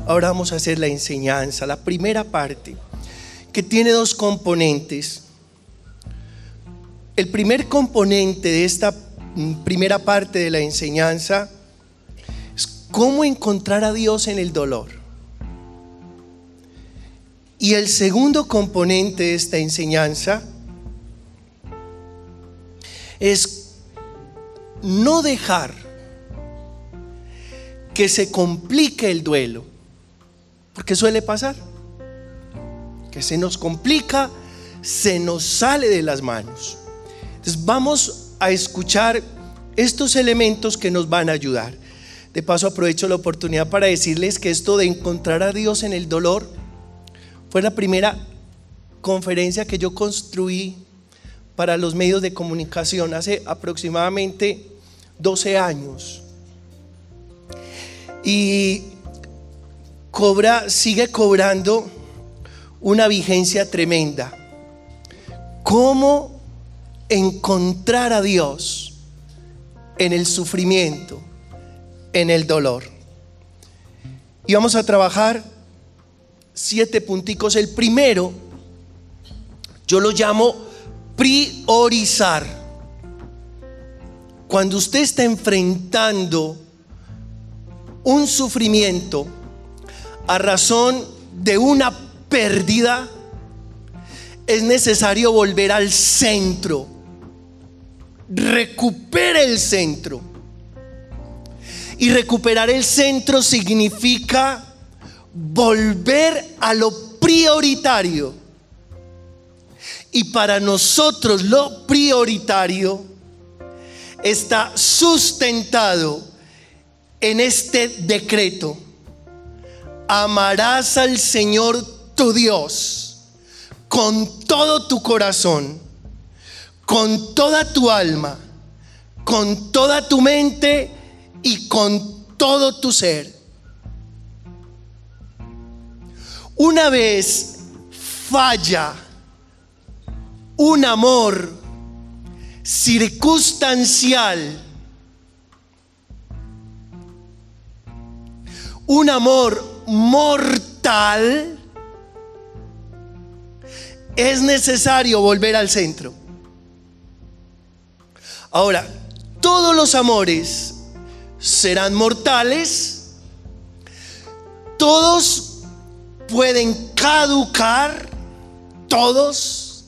Ahora vamos a hacer la enseñanza, la primera parte, que tiene dos componentes. El primer componente de esta primera parte de la enseñanza es cómo encontrar a Dios en el dolor. Y el segundo componente de esta enseñanza es no dejar que se complique el duelo, porque suele pasar que se nos complica, se nos sale de las manos. Entonces vamos a escuchar estos elementos que nos van a ayudar. De paso aprovecho la oportunidad para decirles que esto de encontrar a Dios en el dolor fue la primera conferencia que yo construí para los medios de comunicación hace aproximadamente 12 años. Y sigue cobrando una vigencia tremenda. ¿Cómo encontrar a Dios en el sufrimiento, en el dolor? Y vamos a trabajar 7 punticos. El primero, yo lo llamo priorizar. Cuando usted está enfrentando un sufrimiento a razón de una pérdida, es necesario volver al centro. Recupere el centro. Y recuperar el centro significa volver a lo prioritario. Y para nosotros lo prioritario está sustentado en este decreto: amarás al Señor tu Dios con todo tu corazón, con toda tu alma, con toda tu mente y con todo tu ser. Una vez falla un amor circunstancial, un amor mortal, es necesario volver al centro. Ahora, todos los amores serán mortales, todos pueden caducar, todos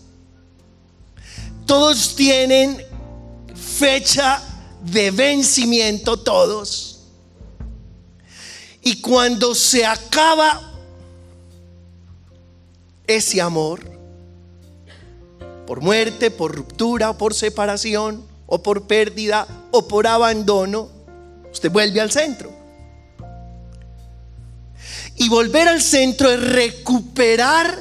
tienen fecha de vencimiento, todos. Y cuando se acaba ese amor, por muerte, por ruptura, o por separación, o por pérdida, o por abandono, usted vuelve al centro. Y volver al centro es recuperar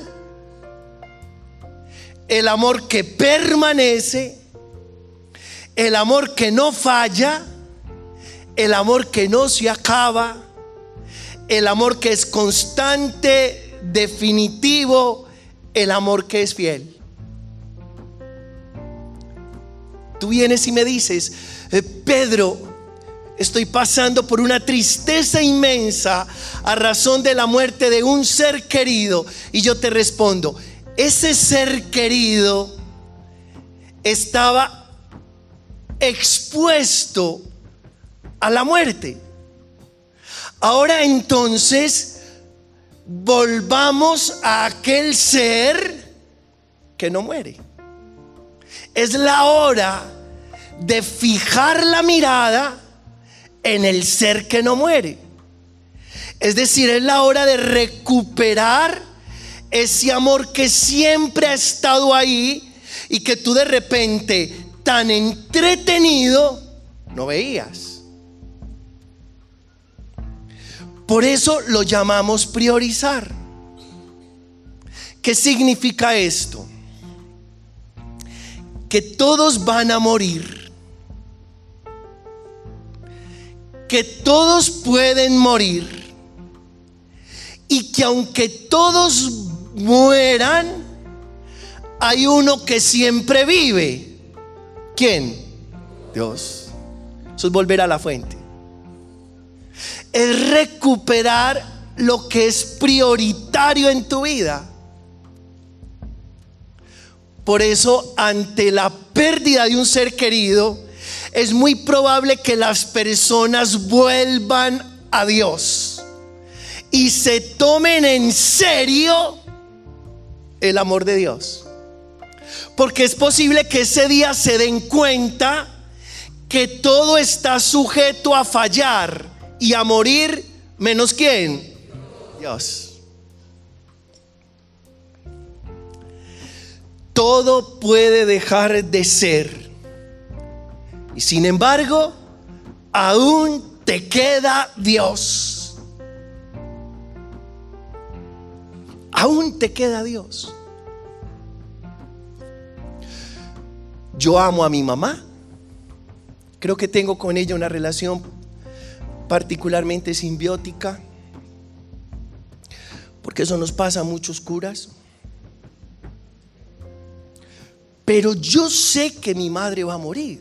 el amor que permanece, el amor que no falla, el amor que no se acaba, el amor que es constante, definitivo, el amor que es fiel. Tú vienes y me dices: Pedro, estoy pasando por una tristeza inmensa a razón de la muerte de un ser querido. Y yo te respondo: ese ser querido estaba expuesto a la muerte. Ahora entonces volvamos a aquel ser que no muere. Es la hora de fijar la mirada en el ser que no muere. Es decir, es la hora de recuperar ese amor que siempre ha estado ahí y que tú de repente, tan entretenido, no veías. Por eso lo llamamos priorizar. ¿Qué significa esto? Que todos van a morir, que todos pueden morir, y que aunque todos mueran, hay uno que siempre vive. ¿Quién? Dios. Eso es volver a la fuente. Es recuperar lo que es prioritario en tu vida. Por eso, ante la pérdida de un ser querido, es muy probable que las personas vuelvan a Dios y se tomen en serio el amor de Dios. Porque es posible que ese día se den cuenta que todo está sujeto a fallar y a morir, menos ¿quién? Dios. Todo puede dejar de ser, y sin embargo, aún te queda Dios. Aún te queda Dios. Yo amo a mi mamá. Creo que tengo con ella una relación particularmente simbiótica, porque eso nos pasa a muchos curas. Pero yo sé que mi madre va a morir.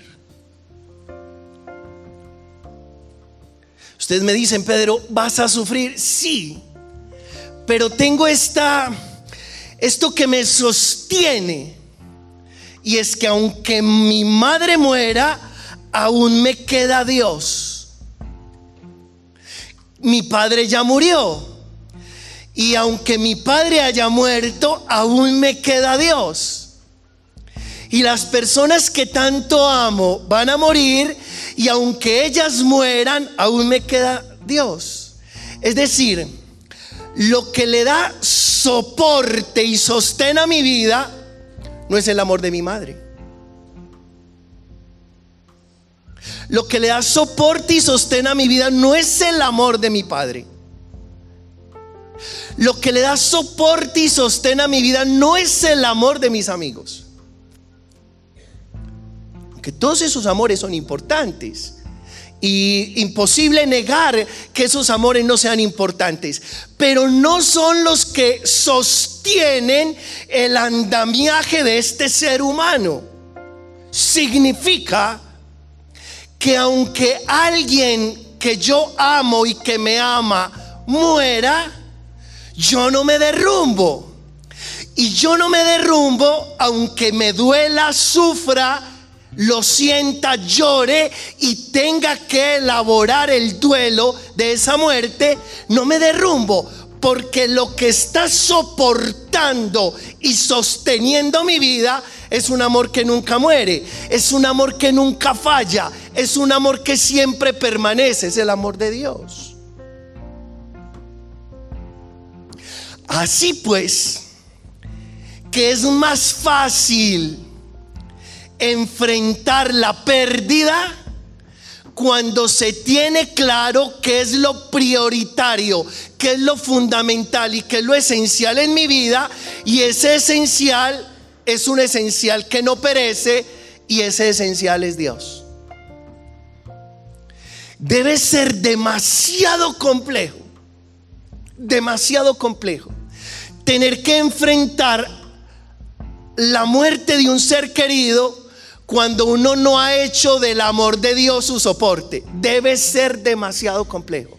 Ustedes me dicen: Pedro, ¿vas a sufrir? Sí, pero tengo esto que me sostiene, y es que aunque mi madre muera, aún me queda Dios. Mi padre ya murió, y aunque mi padre haya muerto, aún me queda Dios. Y las personas que tanto amo van a morir, y aunque ellas mueran, aún me queda Dios. Es decir, lo que le da soporte y sostén a mi vida no es el amor de mi madre. Lo que le da soporte y sostén a mi vida no es el amor de mi padre. Lo que le da soporte y sostén a mi vida no es el amor de mis amigos. Que todos esos amores son importantes, y imposible negar que esos amores no sean importantes, pero no son los que sostienen el andamiaje de este ser humano. Significa que aunque alguien que yo amo y que me ama muera, yo no me derrumbo. Y yo no me derrumbo aunque me duela, sufra, lo sienta, llore y tenga que elaborar el duelo de esa muerte. No me derrumbo, porque lo que está soportando y sosteniendo mi vida es un amor que nunca muere, es un amor que nunca falla, es un amor que siempre permanece, es el amor de Dios. Así pues, que es más fácil enfrentar la pérdida cuando se tiene claro qué es lo prioritario, qué es lo fundamental y qué es lo esencial en mi vida. Y ese esencial es un esencial que no perece, y ese esencial es Dios. Debe ser demasiado complejo tener que enfrentar la muerte de un ser querido cuando uno no ha hecho del amor de Dios su soporte. Debe ser demasiado complejo.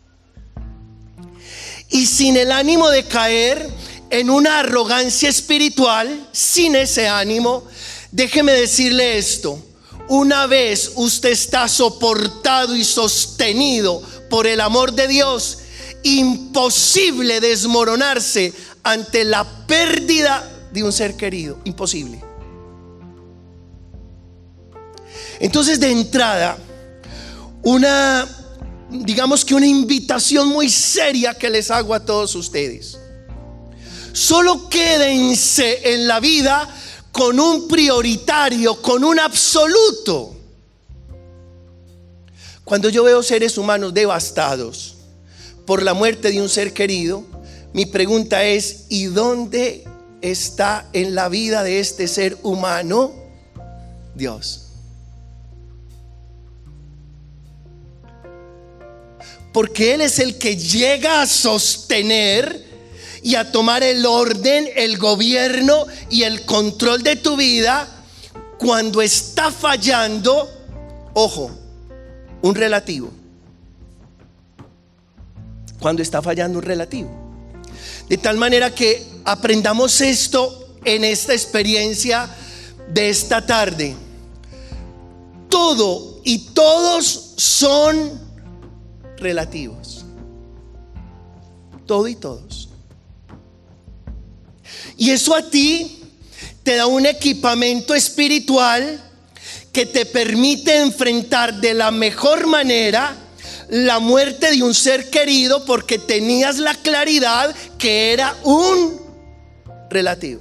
Y sin el ánimo de caer en una arrogancia espiritual, sin ese ánimo, déjeme decirle esto: una vez usted está soportado y sostenido por el amor de Dios, imposible desmoronarse ante la pérdida de un ser querido. Imposible. Entonces, de entrada, digamos que una invitación muy seria que les hago a todos ustedes: solo quédense en la vida con un prioritario, con un absoluto. Cuando yo veo seres humanos devastados por la muerte de un ser querido, mi pregunta es: ¿y dónde está en la vida de este ser humano Dios? Porque Él es el que llega a sostener y a tomar el orden, el gobierno y el control de tu vida cuando está fallando, ojo, un relativo. cuando está fallando un relativo. De tal manera que aprendamos esto en esta experiencia de esta tarde. Todo y todos son relativos. Todo y todos. Y eso a ti te da un equipamiento espiritual que te permite enfrentar de la mejor manera la muerte de un ser querido, porque tenías la claridad que era un relativo.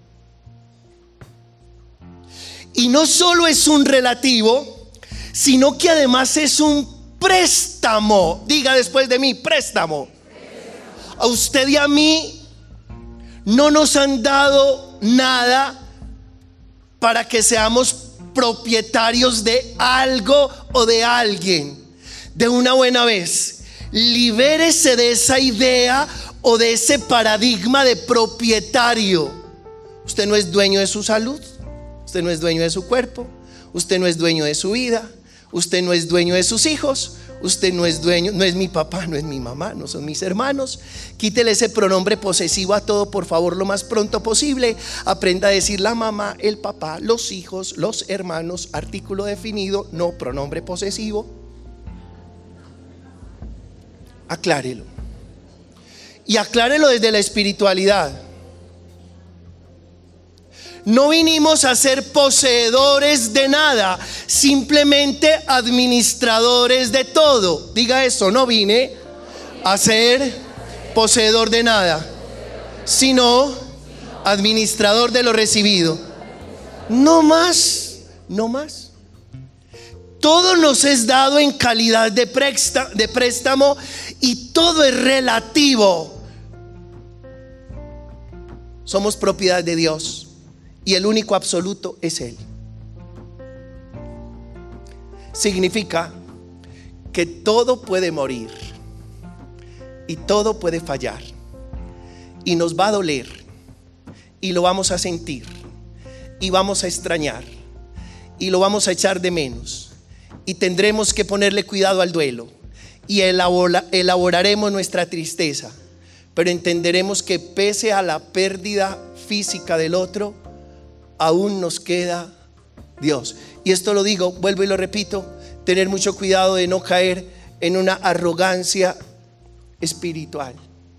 Y no solo es un relativo, sino que además es un préstamo. Diga después de mí, préstamo. A usted y a mí no nos han dado nada para que seamos propietarios de algo o de alguien. De una buena vez, libérese de esa idea o de ese paradigma de propietario. Usted no es dueño de su salud, usted no es dueño de su cuerpo, usted no es dueño de su vida, usted no es dueño de sus hijos, usted no es dueño, no es mi papá, no es mi mamá, no son mis hermanos. Quítele ese pronombre posesivo a todo, por favor, lo más pronto posible. Aprenda a decir la mamá, el papá, los hijos, los hermanos, artículo definido, no pronombre posesivo. Aclárelo. Y aclárelo desde la espiritualidad. No vinimos a ser poseedores de nada, simplemente administradores de todo. Diga eso, no vine a ser poseedor de nada, sino administrador de lo recibido. No más, no más. Todo nos es dado en calidad de préstamo y todo es relativo. Somos propiedad de Dios y el único absoluto es Él. Significa que todo puede morir y todo puede fallar y nos va a doler y lo vamos a sentir y vamos a extrañar y lo vamos a echar de menos. Y tendremos que ponerle cuidado al duelo y elaboraremos nuestra tristeza, pero entenderemos que pese a la pérdida física del otro, aún nos queda Dios. Y esto lo digo, vuelvo y lo repito, tener mucho cuidado de no caer en una arrogancia espiritual.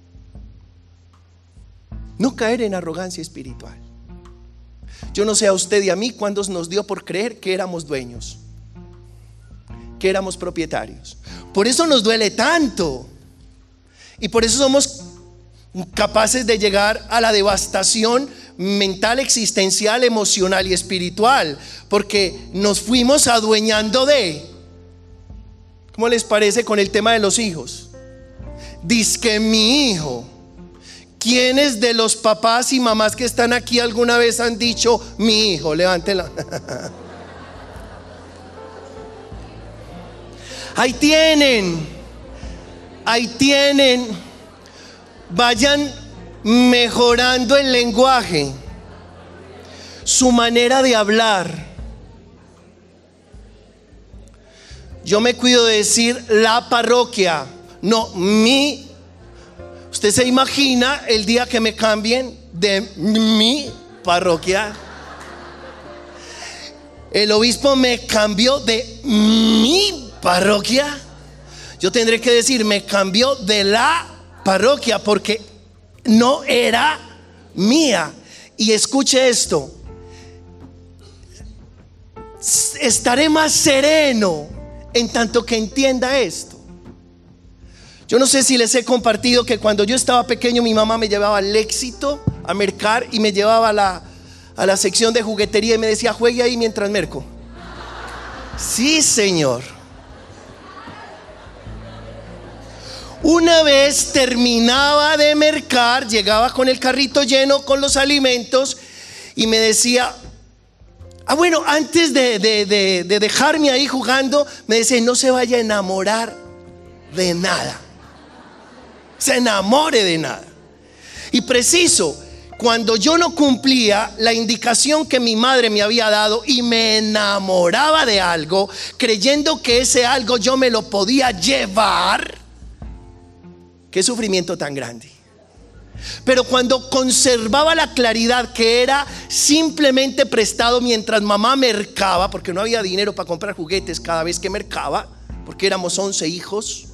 No caer en arrogancia espiritual. Yo no sé a usted y a mí cuándo nos dio por creer que éramos dueños, que éramos propietarios. Por eso nos duele tanto y por eso somos capaces de llegar a la devastación mental, existencial, emocional y espiritual, porque nos fuimos adueñando de. ¿Cómo les parece con el tema de los hijos? Dizque mi hijo. ¿Quiénes de los papás y mamás que están aquí alguna vez han dicho mi hijo? Levántela. Ahí tienen. Vayan mejorando el lenguaje, su manera de hablar. Yo me cuido de decir la parroquia, no mi. ¿Usted se imagina el día que me cambien de mi parroquia? El obispo me cambió de mi parroquia. Yo tendré que decir, me cambió de la parroquia porque no era mía. Y escuche esto, estaré más sereno en tanto que entienda esto. Yo no sé si les he compartido que cuando yo estaba pequeño mi mamá me llevaba al Éxito a mercar y me llevaba a la sección de juguetería y me decía, juegue ahí mientras merco. Sí, señor. Una vez terminaba de mercar, llegaba con el carrito lleno con los alimentos y me decía, bueno, antes de dejarme ahí jugando, me decía, no se vaya a enamorar de nada. Se enamore de nada. Y preciso, cuando yo no cumplía la indicación que mi madre me había dado y me enamoraba de algo, creyendo que ese algo yo me lo podía llevar, qué sufrimiento tan grande. Pero cuando conservaba la claridad que era simplemente prestado mientras mamá mercaba, porque no había dinero para comprar juguetes cada vez que mercaba, porque éramos 11 hijos,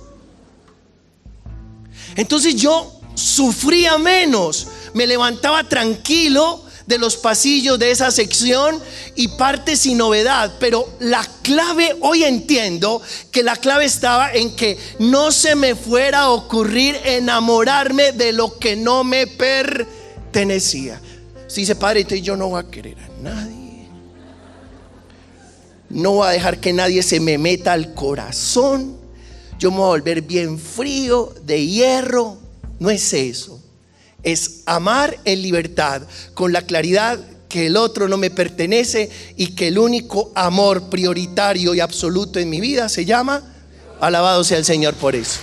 entonces yo sufría menos, me levantaba tranquilo de los pasillos de esa sección y parte sin novedad. Pero la clave, hoy entiendo que la clave estaba en que no se me fuera a ocurrir enamorarme de lo que no me pertenecía. Si dice, padre, entonces yo no voy a querer a nadie, no voy a dejar que nadie se me meta al corazón, yo me voy a volver bien frío, de hierro. No es eso. Es amar en libertad, con la claridad que el otro no me pertenece y que el único amor prioritario y absoluto en mi vida se llama, alabado sea el Señor por eso.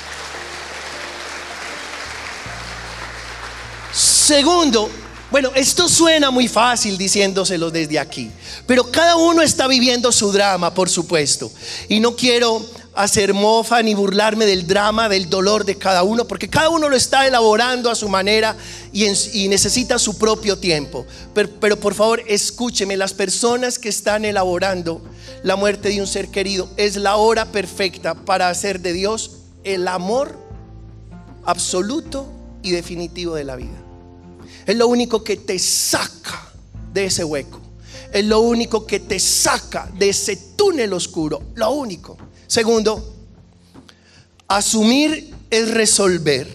Segundo, bueno, esto suena muy fácil diciéndoselo desde aquí, pero cada uno está viviendo su drama, por supuesto, y no quiero hacer mofa ni burlarme del drama, del dolor de cada uno, porque cada uno lo está elaborando a su manera y necesita su propio tiempo. Pero por favor, escúcheme, las personas que están elaborando la muerte de un ser querido, es la hora perfecta para hacer de Dios el amor absoluto y definitivo de la vida. Es lo único que te saca de ese hueco, es lo único que te saca de ese túnel oscuro, lo único. Segundo, asumir es resolver.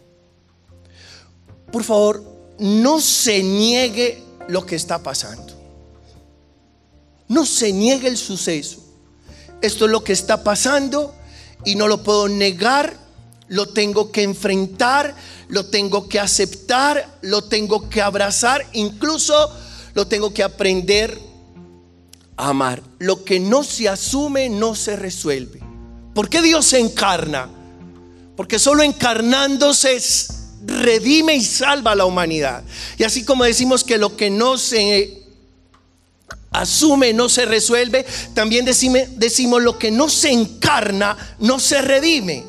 Por favor, no se niegue lo que está pasando. No se niegue el suceso. Esto es lo que está pasando y no lo puedo negar. Lo tengo que enfrentar, lo tengo que aceptar, lo tengo que abrazar, incluso lo tengo que aprender amar. Lo que no se asume no se resuelve. ¿Por qué Dios se encarna? Porque solo encarnándose redime y salva a la humanidad. Y así como decimos que lo que no se asume no se resuelve, también decimos lo que no se encarna no se redime.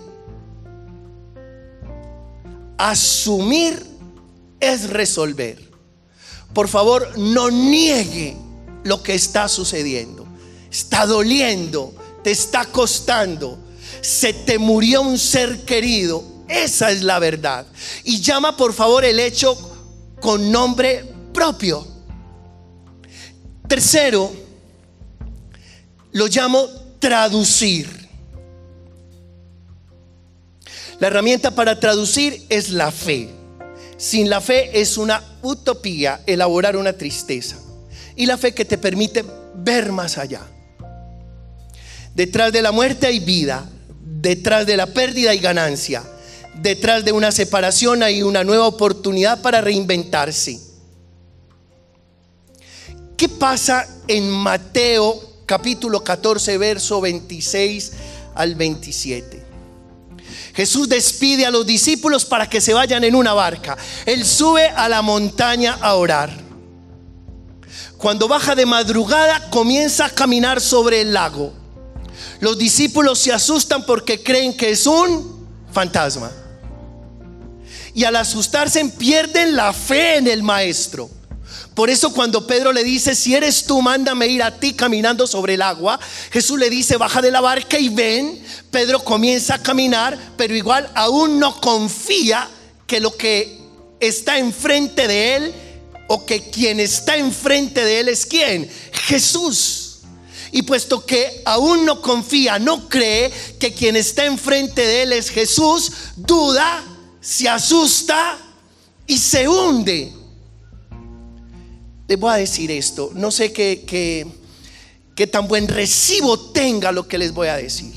Asumir es resolver. Por favor, no niegue lo que está sucediendo. Está doliendo, te está costando, se te murió un ser querido. Esa es la verdad. Y llama por favor el hecho con nombre propio. Tercero, lo llamo traducir. La herramienta para traducir es la fe. Sin la fe es una utopía elaborar una tristeza. Y la fe que te permite ver más allá. Detrás de la muerte hay vida. Detrás de la pérdida hay ganancia. Detrás de una separación hay una nueva oportunidad para reinventarse. ¿Qué pasa en Mateo capítulo 14 verso 26 al 27? Jesús despide a los discípulos para que se vayan en una barca. Él sube a la montaña a orar. Cuando baja de madrugada comienza a caminar sobre el lago. Los discípulos se asustan porque creen que es un fantasma. Y al asustarse pierden la fe en el maestro. Por eso cuando Pedro le dice, si eres tú, mándame ir a ti caminando sobre el agua, Jesús le dice, baja de la barca y ven. Pedro comienza a caminar, pero igual aún no confía que lo que está enfrente de él, o que quien está enfrente de él es ¿quién? Jesús. Y puesto que aún no confía, no cree que quien está enfrente de él es Jesús, duda, se asusta y se hunde. Les voy a decir esto, no sé qué tan buen recibo tenga lo que les voy a decir,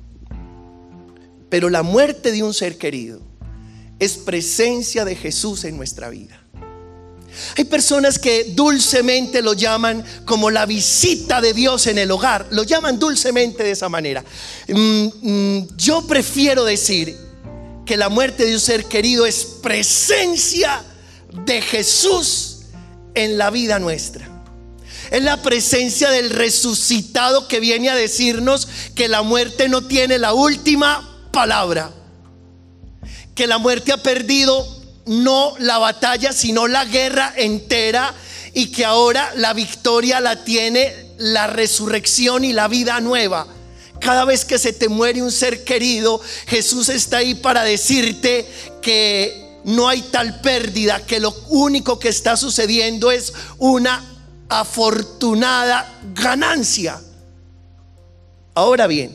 pero la muerte de un ser querido es presencia de Jesús en nuestra vida. Hay personas que dulcemente lo llaman como la visita de Dios en el hogar, lo llaman dulcemente de esa manera. Yo prefiero decir que la muerte de un ser querido es presencia de Jesús en la vida nuestra. Es la presencia del resucitado que viene a decirnos que la muerte no tiene la última palabra, que la muerte ha perdido no la batalla, sino la guerra entera, y que ahora la victoria la tiene la resurrección y la vida nueva. Cada vez que se te muere un ser querido, Jesús está ahí para decirte que no hay tal pérdida, que lo único que está sucediendo es una afortunada ganancia. Ahora bien,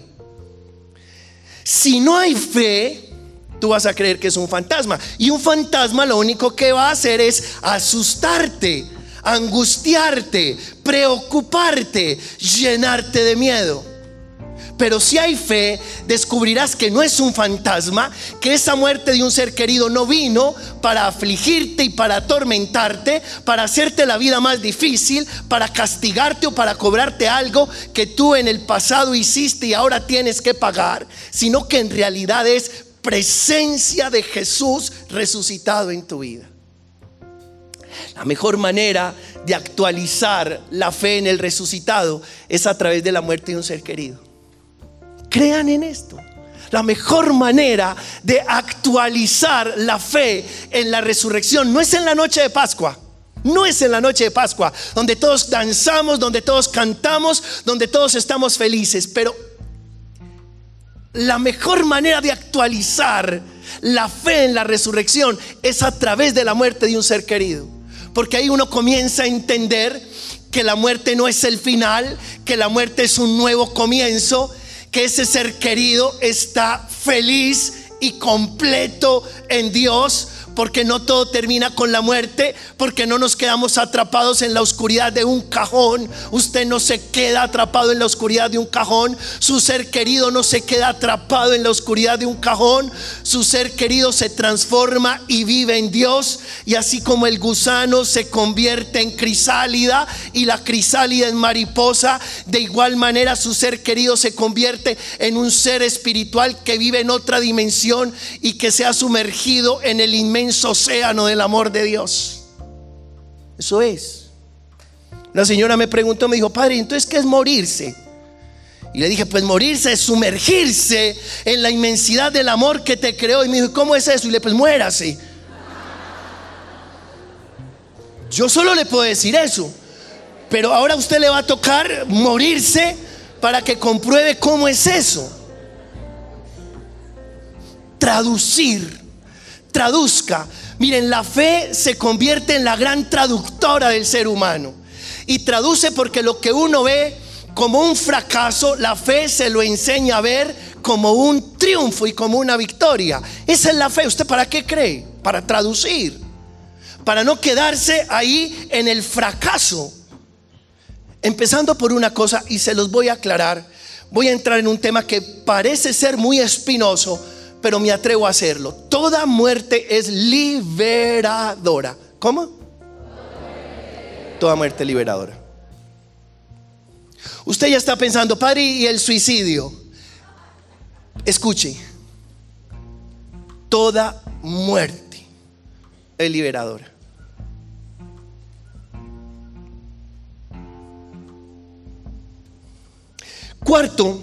si no hay fe, tú vas a creer que es un fantasma, y un fantasma lo único que va a hacer es asustarte, angustiarte, preocuparte, llenarte de miedo. Pero si hay fe, descubrirás que no es un fantasma, que esa muerte de un ser querido no vino para afligirte y para atormentarte, para hacerte la vida más difícil, para castigarte o para cobrarte algo que tú en el pasado hiciste y ahora tienes que pagar, sino que en realidad es presencia de Jesús resucitado en tu vida. La mejor manera de actualizar la fe en el resucitado es a través de la muerte de un ser querido. Crean en esto. La mejor manera de actualizar la fe en la resurrección no es en la noche de Pascua. No es en la noche de Pascua, donde todos danzamos, donde todos cantamos, donde todos estamos felices. Pero la mejor manera de actualizar la fe en la resurrección es a través de la muerte de un ser querido. Porque ahí uno comienza a entender que la muerte no es el final, que la muerte es un nuevo comienzo, que ese ser querido está feliz y completo en Dios, porque no todo termina con la muerte, porque no nos quedamos atrapados en la oscuridad de un cajón. Usted no se queda atrapado en la oscuridad de un cajón. Su ser querido no se queda atrapado en la oscuridad de un cajón. Su ser querido se transforma y vive en Dios. Y así como el gusano se convierte en crisálida y la crisálida en mariposa, de igual manera su ser querido se convierte en un ser espiritual que vive en otra dimensión y que se ha sumergido en el inmenso océano del amor de Dios. Eso es. Una señora me preguntó, me dijo: padre, ¿entonces qué es morirse? Y le dije: pues morirse es sumergirse en la inmensidad del amor que te creó. Y me dijo: ¿cómo es eso? Y le dije: pues muérase. Yo solo le puedo decir eso, pero ahora a usted le va a tocar morirse para que compruebe cómo es eso. Traduzca. Miren, la fe se convierte en la gran traductora del ser humano. Y traduce porque lo que uno ve como un fracaso, la fe se lo enseña a ver como un triunfo y como una victoria. Esa es la fe. ¿Usted para qué cree? Para traducir, para no quedarse ahí en el fracaso. Empezando por una cosa, y se los voy a aclarar. Voy a entrar en un tema que parece ser muy espinoso, pero me atrevo a hacerlo. Toda muerte es liberadora. ¿Cómo? Toda muerte es liberadora. Usted ya está pensando: padre, ¿y el suicidio? Escuche, toda muerte es liberadora. Cuarto,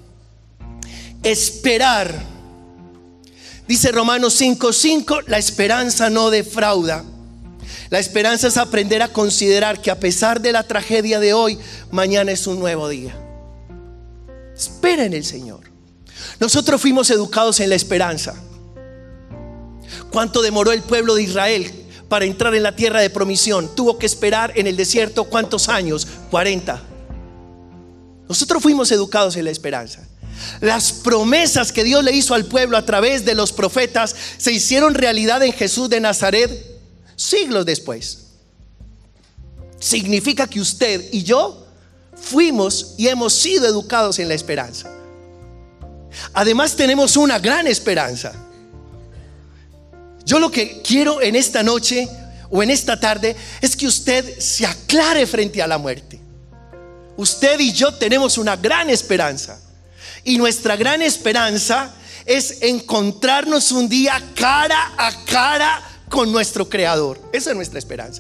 esperar. Dice Romanos 5:5, la esperanza no defrauda. La esperanza es aprender a considerar que a pesar de la tragedia de hoy, mañana es un nuevo día. Espera en el Señor. Nosotros fuimos educados en la esperanza. ¿Cuánto demoró el pueblo de Israel para entrar en la tierra de promisión? Tuvo que esperar en el desierto ¿cuántos años? 40. Nosotros fuimos educados en la esperanza. Las promesas que Dios le hizo al pueblo a través de los profetas se hicieron realidad en Jesús de Nazaret siglos después. Significa que usted y yo fuimos y hemos sido educados en la esperanza. Además tenemos una gran esperanza. Yo lo que quiero en esta noche o en esta tarde es que usted se aclare frente a la muerte. Usted y yo tenemos una gran esperanza. Y nuestra gran esperanza es encontrarnos un día cara a cara con nuestro Creador. Esa es nuestra esperanza.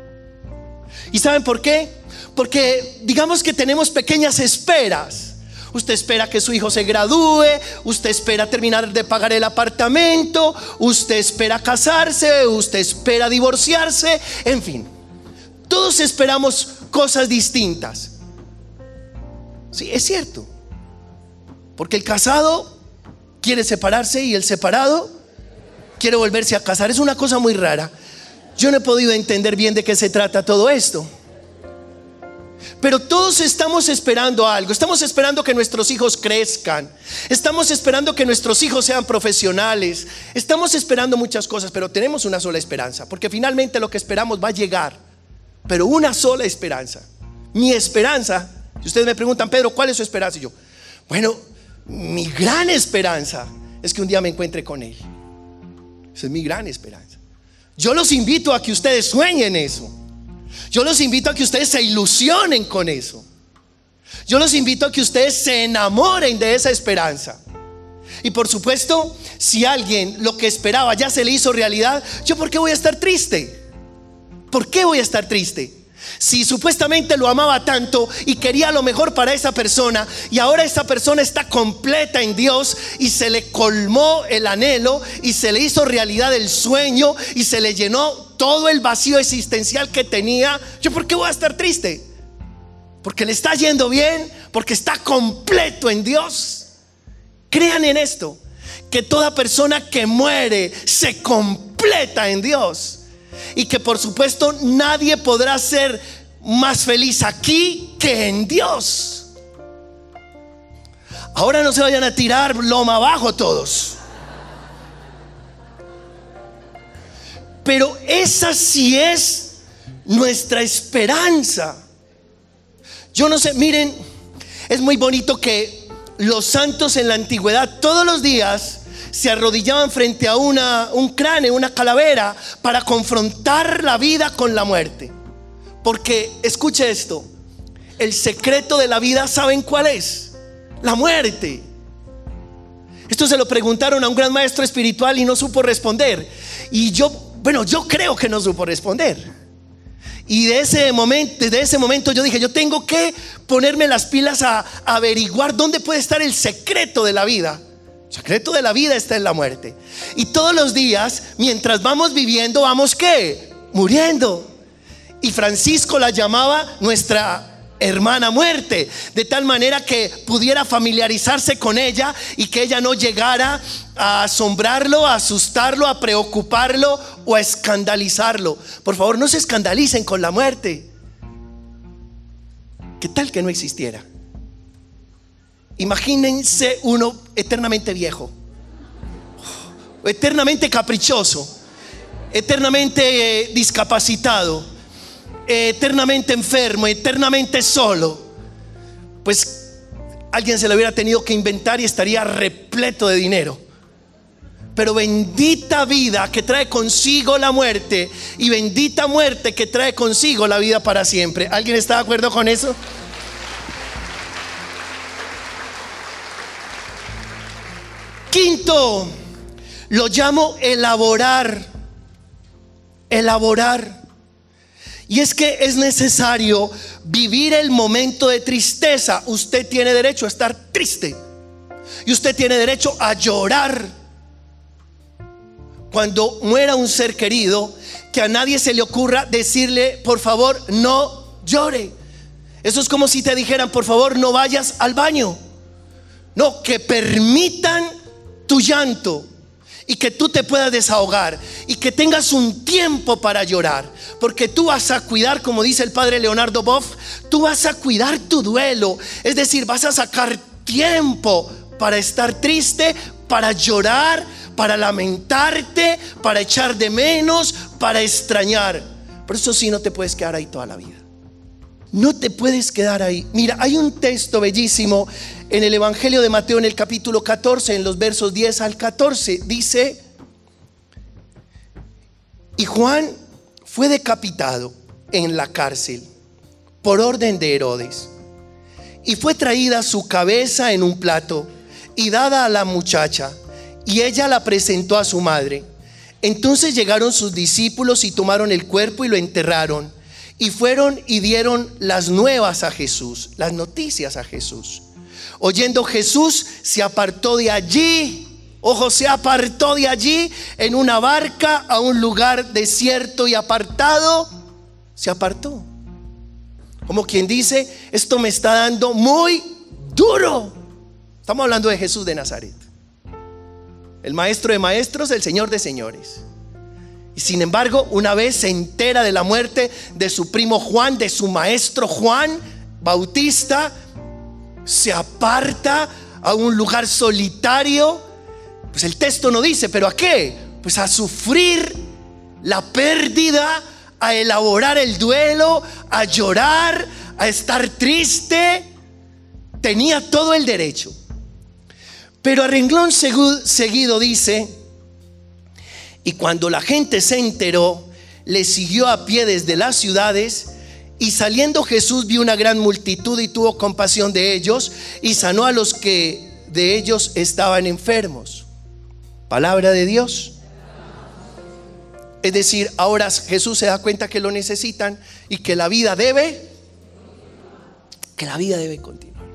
¿Y saben por qué? Porque digamos que tenemos pequeñas esperas. usted espera que su hijo se gradúe, usted espera terminar de pagar el apartamento, usted espera casarse, usted espera divorciarse, en fin, todos esperamos cosas distintas. Sí, es cierto, porque el casado quiere separarse y el separado quiere volverse a casar. Es una cosa muy rara. Yo no he podido entender bien de qué se trata todo esto. Pero todos estamos esperando algo. Estamos esperando que nuestros hijos crezcan. Estamos esperando que nuestros hijos sean profesionales. Estamos esperando muchas cosas, pero tenemos una sola esperanza, porque finalmente lo que esperamos va a llegar. Pero una sola esperanza. Mi esperanza, si ustedes me preguntan, Pedro, ¿cuál es su esperanza? Y yo, bueno, mi gran esperanza es que un día me encuentre con Él. Esa es mi gran esperanza. Yo los invito a que ustedes sueñen eso. Yo los invito a que ustedes se ilusionen con eso. Yo los invito a que ustedes se enamoren de esa esperanza. Y por supuesto, si alguien lo que esperaba ya se le hizo realidad, ¿yo por qué voy a estar triste? ¿Por qué voy a estar triste? Si supuestamente lo amaba tanto y quería lo mejor para esa persona, y ahora esa persona está completa en Dios y se le colmó el anhelo y se le hizo realidad el sueño y se le llenó todo el vacío existencial que tenía, ¿yo por qué voy a estar triste? Porque le está yendo bien, porque está completo en Dios. Crean en esto, que toda persona que muere se completa en Dios. Y que por supuesto nadie podrá ser más feliz aquí que en Dios. Ahora no se vayan a tirar loma abajo todos. Pero esa sí es nuestra esperanza. Yo no sé, miren, es muy bonito que los santos en la antigüedad todos los días se arrodillaban frente a un cráneo, una calavera, para confrontar la vida con la muerte. Porque, escuche esto, el secreto de la vida, ¿saben cuál es? La muerte. Esto se lo preguntaron a un gran maestro espiritual y no supo responder. Y yo creo que no supo responder. Y desde ese momento yo dije, yo tengo que ponerme las pilas a averiguar dónde puede estar el secreto de la vida. El secreto de la vida está en la muerte. Y todos los días, mientras vamos viviendo, vamos ¿qué? Muriendo. Y Francisco la llamaba nuestra hermana muerte, de tal manera que pudiera familiarizarse con ella y que ella no llegara a asombrarlo, a asustarlo, a preocuparlo o a escandalizarlo. Por favor, no se escandalicen con la muerte. ¿Qué tal que no existiera? Imagínense uno eternamente viejo, eternamente caprichoso, eternamente discapacitado, eternamente enfermo, eternamente solo. Pues alguien se lo hubiera tenido que inventar y estaría repleto de dinero. Pero bendita vida que trae consigo la muerte, y bendita muerte que trae consigo la vida para siempre. ¿Alguien está de acuerdo con eso? Quinto, lo llamo elaborar. Elaborar. Y es que es necesario vivir el momento de tristeza. Usted tiene derecho a estar triste y usted tiene derecho a llorar. Cuando muera un ser querido, que a nadie se le ocurra decirle, por favor, no llore. Eso es como si te dijeran, por favor, no vayas al baño. No, que permitan tu llanto y que tú te puedas desahogar y que tengas un tiempo para llorar, porque tú vas a cuidar, como dice el padre Leonardo Boff, tú vas a cuidar tu duelo. Es decir, vas a sacar tiempo para estar triste, para llorar, para lamentarte, para echar de menos, para extrañar. Por eso sí, no te puedes quedar ahí toda la vida. No te puedes quedar ahí. Mira, hay un texto bellísimo en el Evangelio de Mateo, en el capítulo 14, en los versos 10 al 14. Dice: y Juan fue decapitado en la cárcel por orden de Herodes, y fue traída su cabeza en un plato y dada a la muchacha, y ella la presentó a su madre. Entonces llegaron sus discípulos y tomaron el cuerpo y lo enterraron. Y fueron y dieron las nuevas a Jesús, las noticias a Jesús. Oyendo Jesús, se apartó de allí. Ojo, se apartó de allí en una barca a un lugar desierto y apartado. Se apartó. Como quien dice, esto me está dando muy duro. Estamos hablando de Jesús de Nazaret, el maestro de maestros, el señor de señores. Y sin embargo, una vez se entera de la muerte de su primo Juan, de su maestro Juan Bautista, se aparta a un lugar solitario. Pues el texto no dice, ¿pero a qué? Pues a sufrir la pérdida, a elaborar el duelo, a llorar, a estar triste. Tenía todo el derecho. Pero a renglón seguido dice: y cuando la gente se enteró, le siguió a pie desde las ciudades. Y saliendo Jesús vio una gran multitud y tuvo compasión de ellos y sanó a los que de ellos estaban enfermos. Palabra de Dios. Es decir, ahora Jesús se da cuenta que lo necesitan y que la vida debe continuar.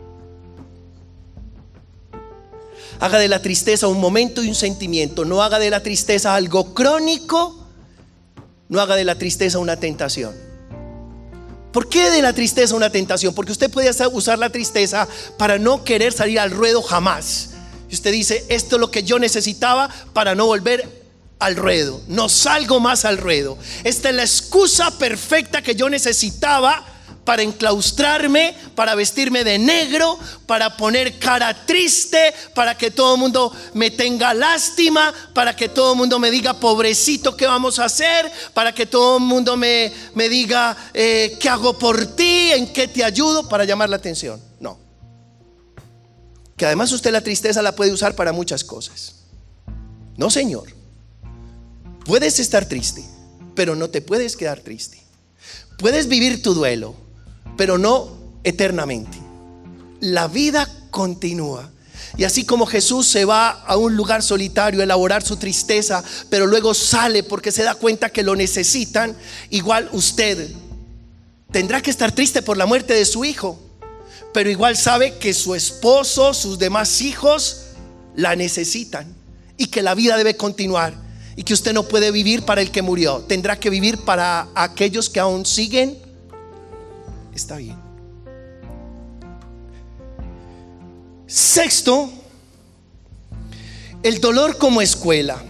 Haga de la tristeza un momento y un sentimiento. No haga de la tristeza algo crónico. No haga de la tristeza una tentación. ¿Por qué de la tristeza una tentación? Porque usted puede usar la tristeza para no querer salir al ruedo jamás. Y usted dice: esto es lo que yo necesitaba para no volver al ruedo. No salgo más al ruedo. Esta es la excusa perfecta que yo necesitaba para enclaustrarme, para vestirme de negro, para poner cara triste, para que todo el mundo me tenga lástima, para que todo el mundo me diga: pobrecito, ¿qué vamos a hacer? Para que todo el mundo me diga: ¿qué hago por ti? ¿En qué te ayudo? Para llamar la atención. No. Que además usted la tristeza la puede usar para muchas cosas. No, señor. Puedes estar triste, pero no te puedes quedar triste. Puedes vivir tu duelo, pero no eternamente. La vida continúa. Y así como Jesús se va a un lugar solitario a elaborar su tristeza, pero luego sale porque se da cuenta que lo necesitan, igual usted tendrá que estar triste por la muerte de su hijo, pero igual sabe que su esposo, sus demás hijos la necesitan y que la vida debe continuar y que usted no puede vivir para el que murió. Tendrá que vivir para aquellos que aún siguen. Está bien. Sexto, el dolor como escuela.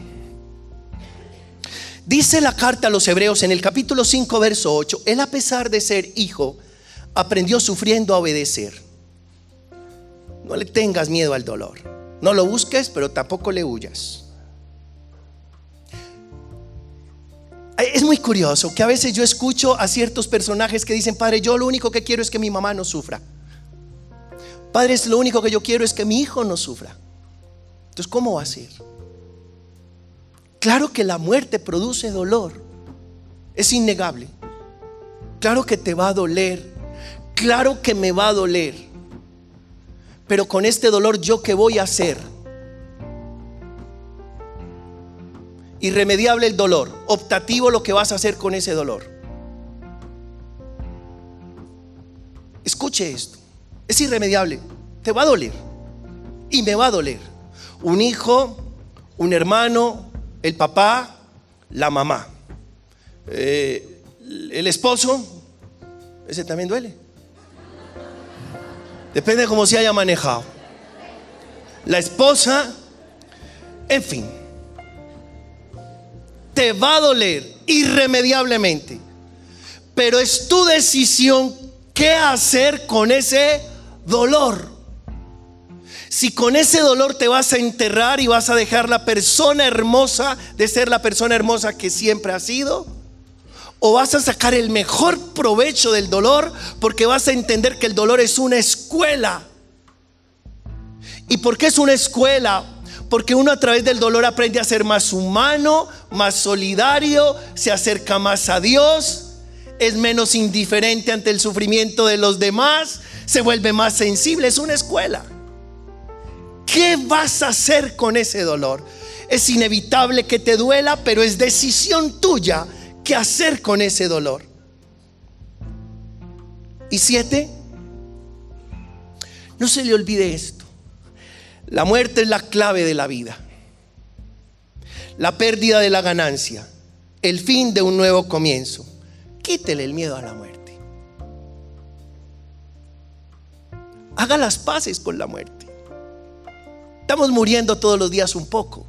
Dice la carta a los Hebreos en el capítulo 5 verso 8: él, a pesar de ser hijo, aprendió sufriendo a obedecer. No le tengas miedo al dolor. No lo busques, pero tampoco le huyas. Es muy curioso que a veces yo escucho a ciertos personajes que dicen: padre, yo lo único que quiero es que mi mamá no sufra. Padre, lo único que yo quiero es que mi hijo no sufra. Entonces, ¿cómo va a ser? Claro que la muerte produce dolor. Es innegable. Claro que te va a doler. Claro que me va a doler. Pero con este dolor, ¿yo qué voy a hacer? Irremediable el dolor. Optativo lo que vas a hacer con ese dolor. Escuche esto. Es irremediable. Te va a doler. Y me va a doler. Un hijo, un hermano, el papá, la mamá, el esposo. Ese también duele. Depende de cómo se haya manejado. La esposa. En fin. Te va a doler irremediablemente. Pero es tu decisión qué hacer con ese dolor. Si con ese dolor te vas a enterrar y vas a dejar la persona hermosa de ser la persona hermosa que siempre has sido, o vas a sacar el mejor provecho del dolor, porque vas a entender que el dolor es una escuela. ¿Y por qué es una escuela? Porque uno a través del dolor aprende a ser más humano, más solidario, se acerca más a Dios, es menos indiferente ante el sufrimiento de los demás, se vuelve más sensible. Es una escuela. ¿Qué vas a hacer con ese dolor? Es inevitable que te duela, pero es decisión tuya qué hacer con ese dolor. Y 7, No se le olvide esto. La muerte es la clave de la vida. La pérdida de la ganancia, el fin de un nuevo comienzo. Quítele el miedo a la muerte. Haga las paces con la muerte. Estamos muriendo todos los días un poco.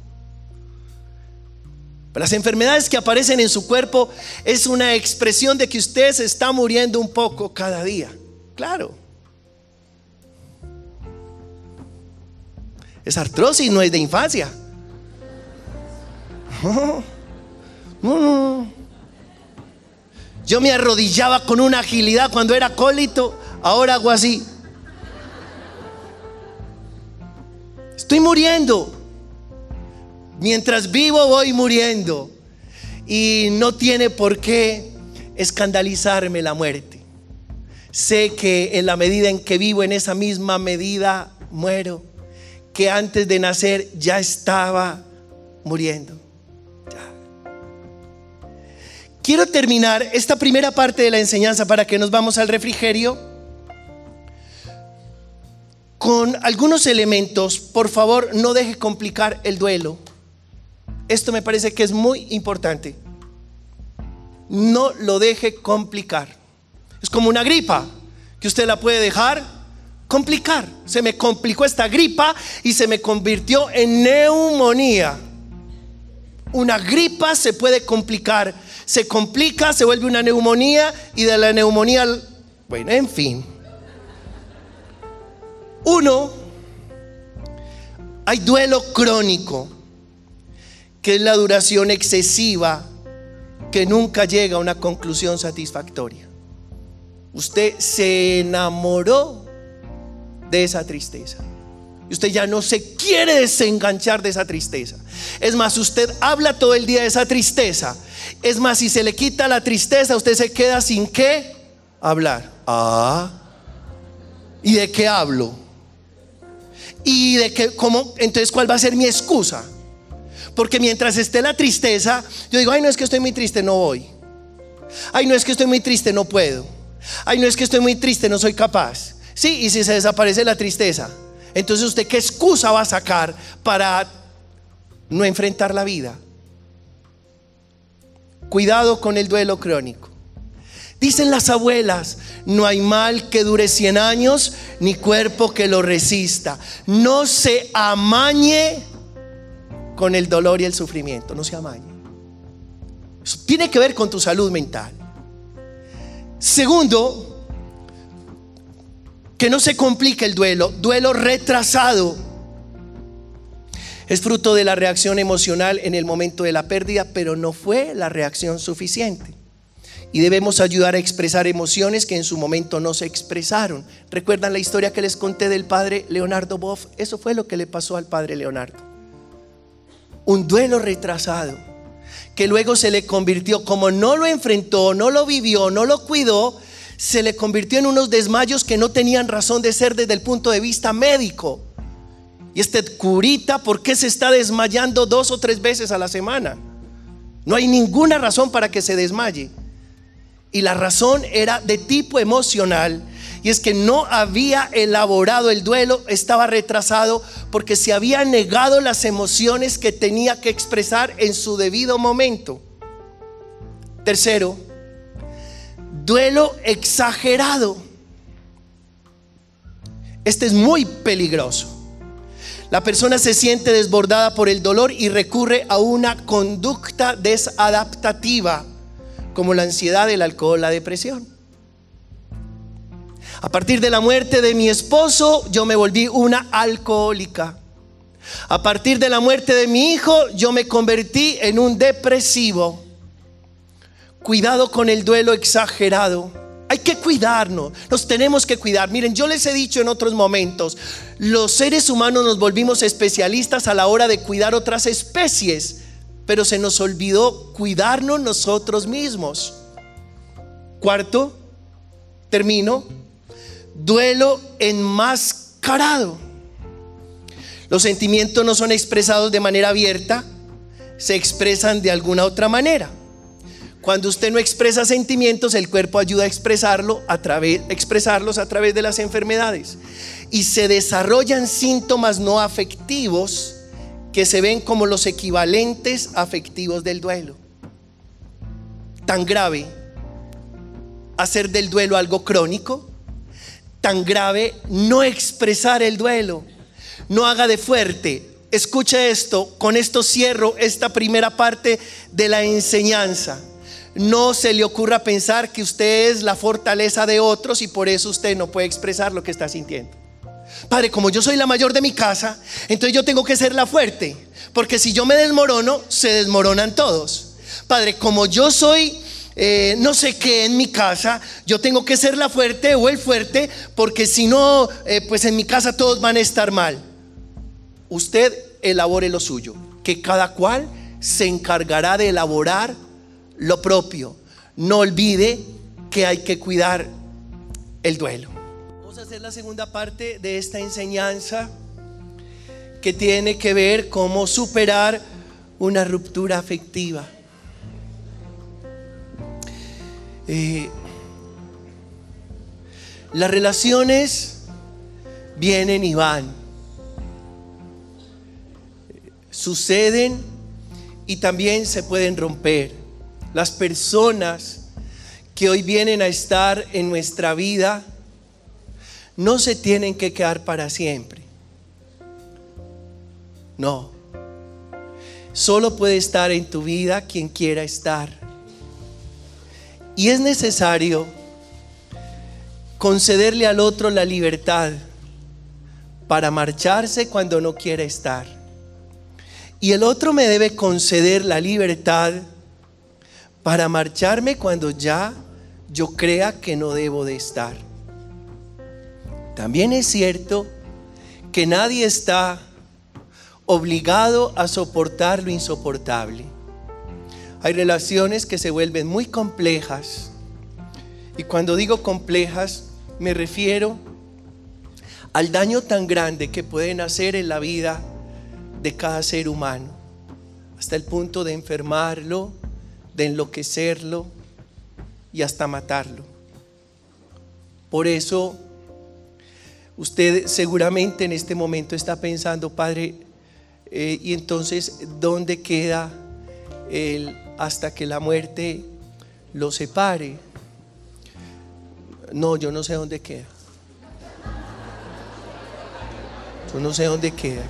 Las enfermedades que aparecen en su cuerpo es una expresión de que usted se está muriendo un poco cada día. Claro. Esa artrosis no es de infancia. No. Yo me arrodillaba con una agilidad cuando era acólito, ahora hago así. Estoy muriendo. Mientras vivo voy muriendo. Y no tiene por qué escandalizarme la muerte. Sé que en la medida en que vivo, en esa misma medida muero. Que antes de nacer ya estaba muriendo. Quiero terminar esta primera parte de la enseñanza para que nos vamos al refrigerio con algunos elementos. Por favor, no deje complicar el duelo. Esto me parece que es muy importante. No lo deje complicar. Es como una gripa que usted la puede dejar complicar. Se me complicó esta gripa y se me convirtió en neumonía. Una gripa se puede complicar, se complica, se vuelve una neumonía y de la neumonía, bueno, en fin. Hay duelo crónico, que es la duración excesiva que nunca llega a una conclusión satisfactoria. Usted se enamoró de esa tristeza y usted ya no se quiere desenganchar de esa tristeza. Es más, usted habla todo el día de esa tristeza. Es más, si se le quita la tristeza, usted se queda sin qué hablar. ¿Y de qué hablo? ¿Y de qué? ¿Cómo? Entonces, ¿cuál va a ser mi excusa? Porque mientras esté la tristeza, yo digo, ay, no, es que estoy muy triste, no voy. Ay, no, es que estoy muy triste, no puedo. Ay, no, es que estoy muy triste, no soy capaz. Sí, y si se desaparece la tristeza, entonces usted ¿qué excusa va a sacar para no enfrentar la vida? Cuidado con el duelo crónico. Dicen las abuelas, no hay mal que dure 100 años, ni cuerpo que lo resista. No se amañe con el dolor y el sufrimiento, no se amañe. Eso tiene que ver con tu salud mental. Segundo, que no se complique el duelo. Duelo retrasado es fruto de la reacción emocional en el momento de la pérdida, pero no fue la reacción suficiente. Y debemos ayudar a expresar emociones que en su momento no se expresaron. ¿Recuerdan la historia que les conté del padre Leonardo Boff? Eso fue lo que le pasó al padre Leonardo. Un duelo retrasado que luego se le convirtió, como no lo enfrentó, no lo vivió, no lo cuidó, se le convirtió en unos desmayos que no tenían razón de ser desde el punto de vista médico. Y este curita, ¿por qué se está desmayando 2 o 3 veces a la semana? No hay ninguna razón para que se desmaye. Y la razón era de tipo emocional, y es que no había elaborado el duelo, estaba retrasado porque se había negado las emociones que tenía que expresar en su debido momento. Tercero, duelo exagerado. Este es muy peligroso. La persona se siente desbordada por el dolor y recurre a una conducta desadaptativa, como la ansiedad, el alcohol, la depresión. A partir de la muerte de mi esposo, yo me volví una alcohólica. A partir de la muerte de mi hijo, yo me convertí en un depresivo. Cuidado con el duelo exagerado. Hay que cuidarnos, nos tenemos que cuidar. Miren, yo les he dicho en otros momentos, los seres humanos nos volvimos especialistas a la hora de cuidar otras especies, pero se nos olvidó cuidarnos nosotros mismos. Cuarto, termino. Duelo enmascarado. Los sentimientos no son expresados de manera abierta, se expresan de alguna otra manera. Cuando usted no expresa sentimientos, el cuerpo ayuda a expresarlos a través de las enfermedades. Y se desarrollan síntomas no afectivos que se ven como los equivalentes afectivos del duelo. Tan grave hacer del duelo algo crónico, tan grave no expresar el duelo. No haga de fuerte. Escuche esto, con esto cierro esta primera parte de la enseñanza. No se le ocurra pensar que usted es la fortaleza de otros y por eso usted no puede expresar lo que está sintiendo. Padre, como yo soy la mayor de mi casa, entonces yo tengo que ser la fuerte, porque si yo me desmorono, se desmoronan todos. Padre, como yo soy no sé qué en mi casa, yo tengo que ser la fuerte o el fuerte, porque si no, pues en mi casa todos van a estar mal. Usted elabore lo suyo, que cada cual se encargará de elaborar lo propio. No olvide que hay que cuidar el duelo. Vamos a hacer la segunda parte de esta enseñanza, que tiene que ver cómo superar una ruptura afectiva. Las relaciones vienen y van, suceden y también se pueden romper. Las personas que hoy vienen a estar en nuestra vida no se tienen que quedar para siempre. No. Solo puede estar en tu vida quien quiera estar. Y es necesario concederle al otro la libertad para marcharse cuando no quiera estar. Y el otro me debe conceder la libertad para marcharme cuando ya yo crea que no debo de estar. También es cierto que nadie está obligado a soportar lo insoportable. Hay relaciones que se vuelven muy complejas, y cuando digo complejas me refiero al daño tan grande que pueden hacer en la vida de cada ser humano, hasta el punto de enfermarlo, de enloquecerlo y hasta matarlo. Por eso usted seguramente en este momento está pensando: Padre, y entonces ¿dónde queda el hasta que la muerte lo separe? No, yo no sé dónde queda. Yo no sé dónde queda.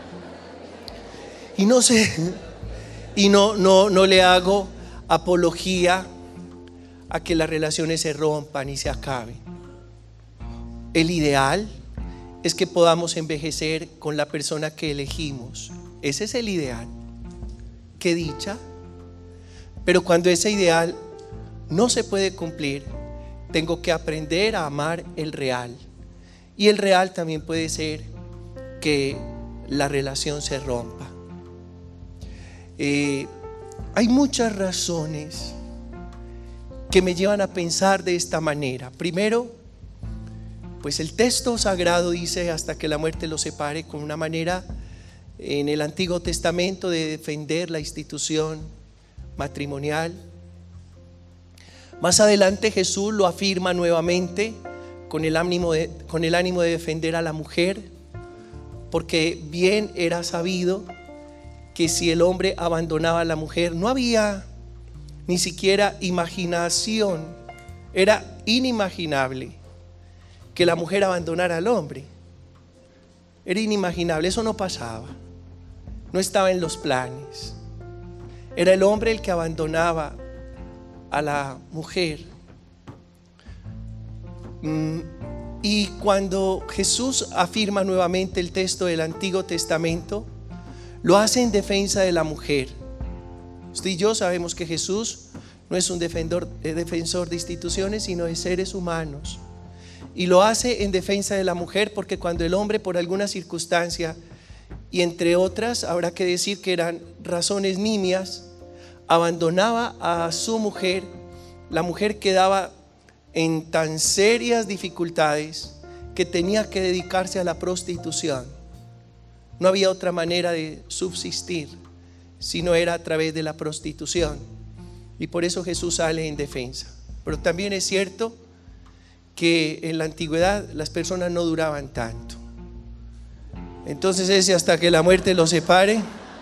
Y no sé, y no le hago apología a que las relaciones se rompan y se acaben. El ideal es que podamos envejecer con la persona que elegimos. Ese es el ideal. Qué dicha. Pero cuando ese ideal no se puede cumplir, tengo que aprender a amar el real. Y el real también puede ser que la relación se rompa. Hay muchas razones que me llevan a pensar de esta manera. Primero, pues el texto sagrado dice hasta que la muerte los separe, con una manera en el Antiguo Testamento de defender la institución matrimonial. Más adelante Jesús lo afirma nuevamente con el ánimo de defender a la mujer, porque bien era sabido que si el hombre abandonaba a la mujer, no había ni siquiera imaginación, era inimaginable que la mujer abandonara al hombre. Era inimaginable, eso no pasaba, no estaba en los planes. Era el hombre el que abandonaba a la mujer. Y cuando Jesús afirma nuevamente el texto del Antiguo Testamento, lo hace en defensa de la mujer. Usted y yo sabemos que Jesús no es un defensor de instituciones, sino de seres humanos. Y lo hace en defensa de la mujer, porque cuando el hombre, por alguna circunstancia, y entre otras habrá que decir que eran razones nimias, abandonaba a su mujer, la mujer quedaba en tan serias dificultades que tenía que dedicarse a la prostitución. No había otra manera de subsistir si no era a través de la prostitución. Y por eso Jesús sale en defensa. Pero también es cierto que en la antigüedad las personas no duraban tanto. Entonces ese hasta que la muerte los separe.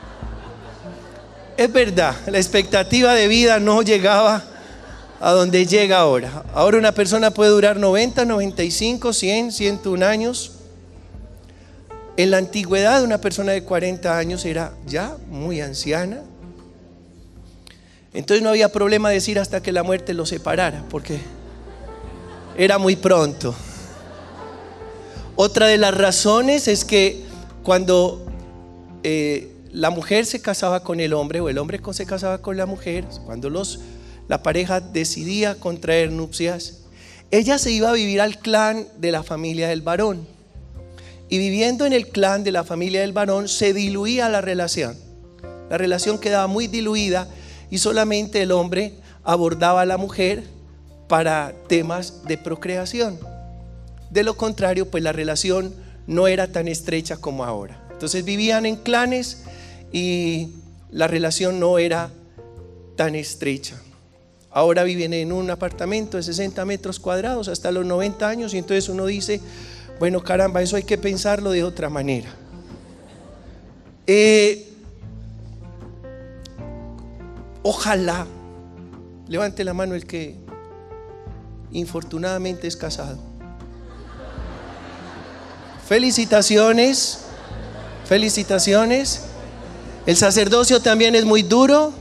Es verdad, la expectativa de vida no llegaba a donde llega ahora. Ahora una persona puede durar 90, 95, 100, 101 años. En la antigüedad una persona de 40 años era ya muy anciana. Entonces no había problema decir hasta que la muerte los separara, porque era muy pronto. Otra de las razones es que cuando la mujer se casaba con el hombre o el hombre se casaba con la mujer, cuando la pareja decidía contraer nupcias, ella se iba a vivir al clan de la familia del varón. Y viviendo en el clan de la familia del varón se diluía la relación. La relación quedaba muy diluida y solamente el hombre abordaba a la mujer para temas de procreación. De lo contrario, pues la relación no era tan estrecha como ahora. Entonces vivían en clanes y la relación no era tan estrecha. Ahora viven en un apartamento de 60 metros cuadrados hasta los 90 años y entonces uno dice, bueno, caramba, eso hay que pensarlo de otra manera. Ojalá, levante la mano el que infortunadamente es casado. Felicitaciones, felicitaciones. El sacerdocio también es muy duro.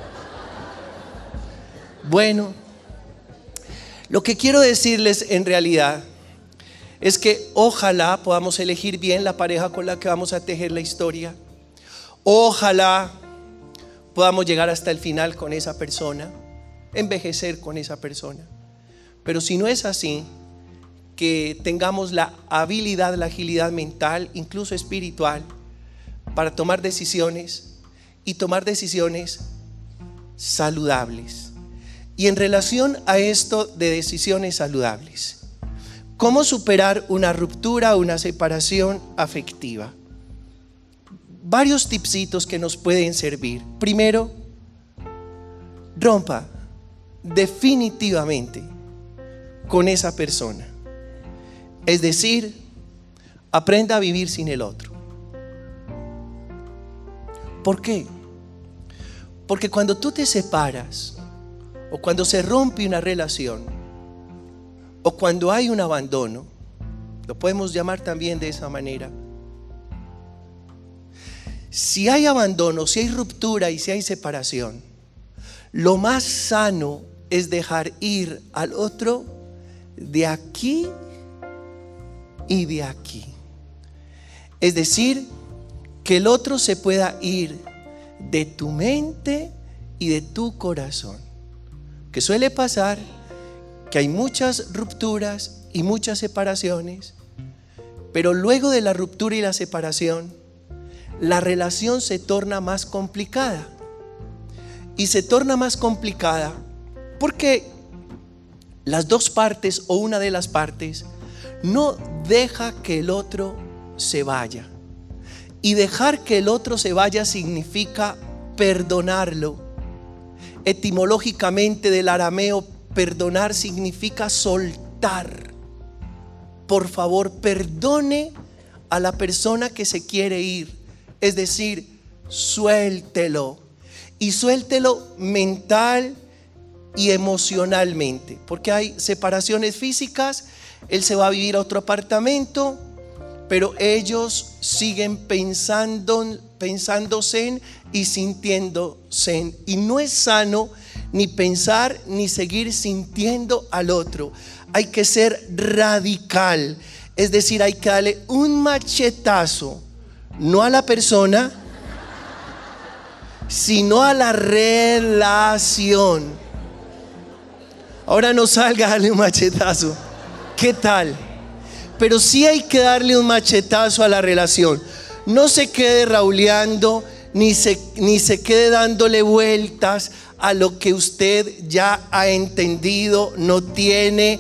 Bueno, lo que quiero decirles en realidad es que ojalá podamos elegir bien la pareja con la que vamos a tejer la historia. Ojalá podamos llegar hasta el final con esa persona, envejecer con esa persona. Pero si no es así, que tengamos la habilidad, la agilidad mental, incluso espiritual, para tomar decisiones y tomar decisiones saludables. Y en relación a esto de decisiones saludables, ¿cómo superar una ruptura o una separación afectiva? Varios tipsitos que nos pueden servir. Primero, rompa definitivamente con esa persona. Es decir, aprenda a vivir sin el otro. ¿Por qué? Porque cuando tú te separas o cuando se rompe una relación o cuando hay un abandono, lo podemos llamar también de esa manera. Si hay abandono, si hay ruptura y si hay separación, lo más sano es dejar ir al otro de aquí y de aquí. Es decir, que el otro se pueda ir de tu mente y de tu corazón. Que suele pasar que hay muchas rupturas y muchas separaciones, pero luego de la ruptura y la separación, la relación se torna más complicada. Y se torna más complicada porque las dos partes o una de las partes no deja que el otro se vaya. Y dejar que el otro se vaya significa perdonarlo. Etimológicamente del arameo, perdonar significa soltar. Por favor, perdone a la persona que se quiere ir. Es decir, suéltelo. Y suéltelo mental y emocionalmente. Porque hay separaciones físicas. Él se va a vivir a otro apartamento, pero ellos siguen pensándose y sintiéndose. Y no es sano ni pensar ni seguir sintiendo al otro. Hay que ser radical. Es decir, hay que darle un machetazo, no a la persona, sino a la relación. Ahora no salga a darle un machetazo. ¿Qué tal? Pero sí hay que darle un machetazo a la relación. No se quede rauleando, ni se quede dándole vueltas a lo que usted ya ha entendido no tiene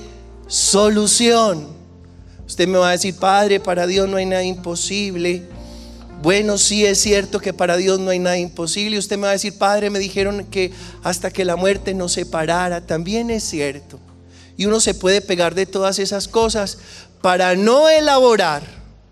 solución. Usted me va a decir, padre, para Dios no hay nada imposible. Bueno, sí es cierto que para Dios no hay nada imposible. Y usted me va a decir, Padre, me dijeron que hasta que la muerte nos separara. También es cierto. Y uno se puede pegar de todas esas cosas para no elaborar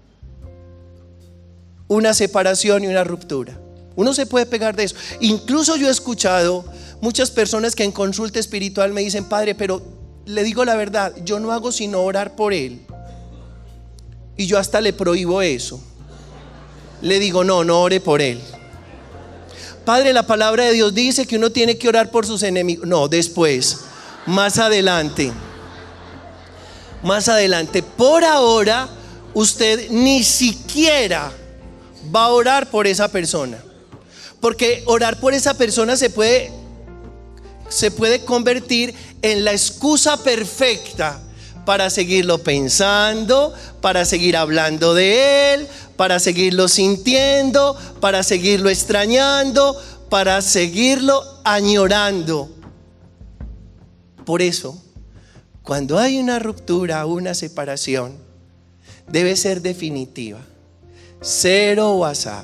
una separación y una ruptura. Uno se puede pegar de eso. Incluso yo he escuchado muchas personas que en consulta espiritual me dicen, Padre, pero le digo la verdad, yo no hago sino orar por él. Y yo hasta le prohíbo eso. Le digo, no ore por él. Padre, la palabra de Dios dice que uno tiene que orar por sus enemigos. No, después, más adelante. Por ahora, usted ni siquiera va a orar por esa persona. Porque orar por esa persona se puede convertir en la excusa perfecta para seguirlo pensando, para seguir hablando de él, para seguirlo sintiendo, para seguirlo extrañando, para seguirlo añorando. Por eso, cuando hay una ruptura, una separación, debe ser definitiva. 0 WhatsApp,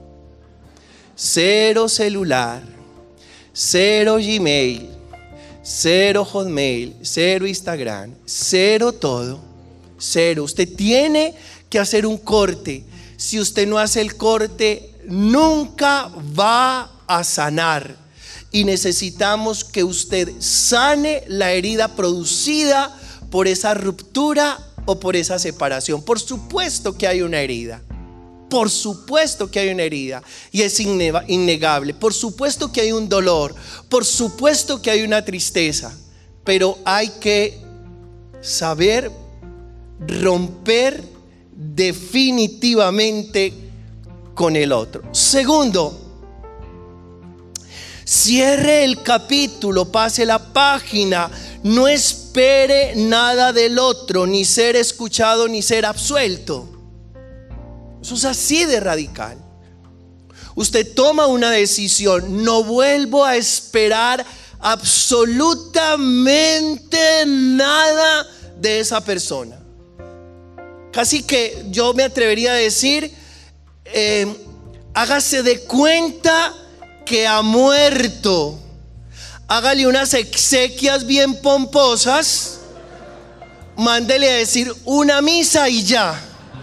0 celular, 0 Gmail, 0 Hotmail, 0 Instagram, 0 todo, 0. Usted tiene que hacer un corte. Si usted no hace el corte, nunca va a sanar. Y necesitamos que usted sane la herida producida por esa ruptura o por esa separación. Por supuesto que hay una herida. Por supuesto que hay una herida y es innegable. Por supuesto que hay un dolor. Por supuesto que hay una tristeza. Pero hay que saber romper definitivamente con el otro. Segundo, cierre el capítulo, pase la página. No espere nada del otro, ni ser escuchado ni ser absuelto. Eso es así de radical. Usted toma una decisión, no vuelvo a esperar absolutamente nada de esa persona. Casi que yo me atrevería a decir, hágase de cuenta que ha muerto. Hágale unas exequias bien pomposas, mándele a decir una misa y ya.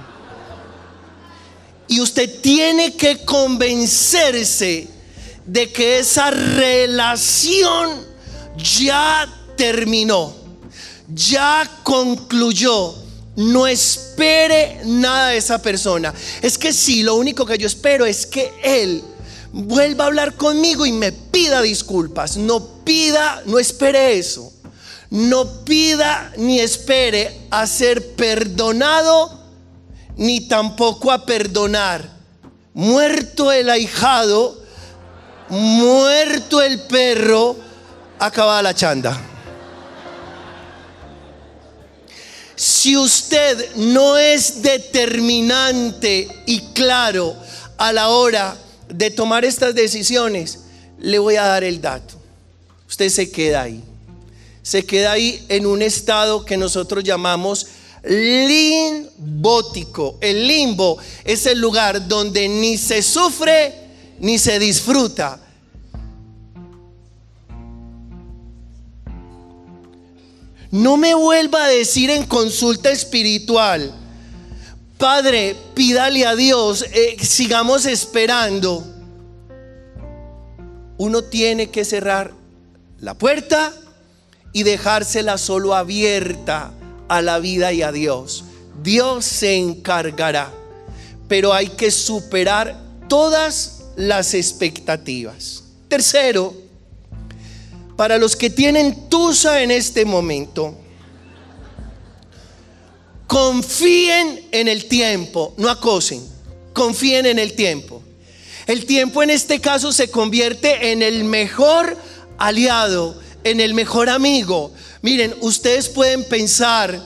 Y usted tiene que convencerse de que esa relación ya terminó, ya concluyó. No espere nada de esa persona. Es que sí, lo único que yo espero es que él vuelva a hablar conmigo y me pida disculpas. No espere eso. No pida ni espere a ser perdonado, ni tampoco a perdonar. Muerto el ahijado, muerto el perro, acabada la chanda. Si usted no es determinante y claro a la hora de tomar estas decisiones, le voy a dar el dato. Usted se queda ahí en un estado que nosotros llamamos limbótico. El limbo es el lugar donde ni se sufre ni se disfruta. No me vuelva a decir en consulta espiritual, Padre, pídale a Dios, sigamos esperando. Uno tiene que cerrar la puerta y dejársela solo abierta a la vida y a Dios. Dios se encargará, pero hay que superar todas las expectativas. Tercero, para los que tienen tusa en este momento, confíen en el tiempo, no acosen, confíen en el tiempo. El tiempo en este caso se convierte en el mejor aliado, en el mejor amigo. Miren, ustedes pueden pensar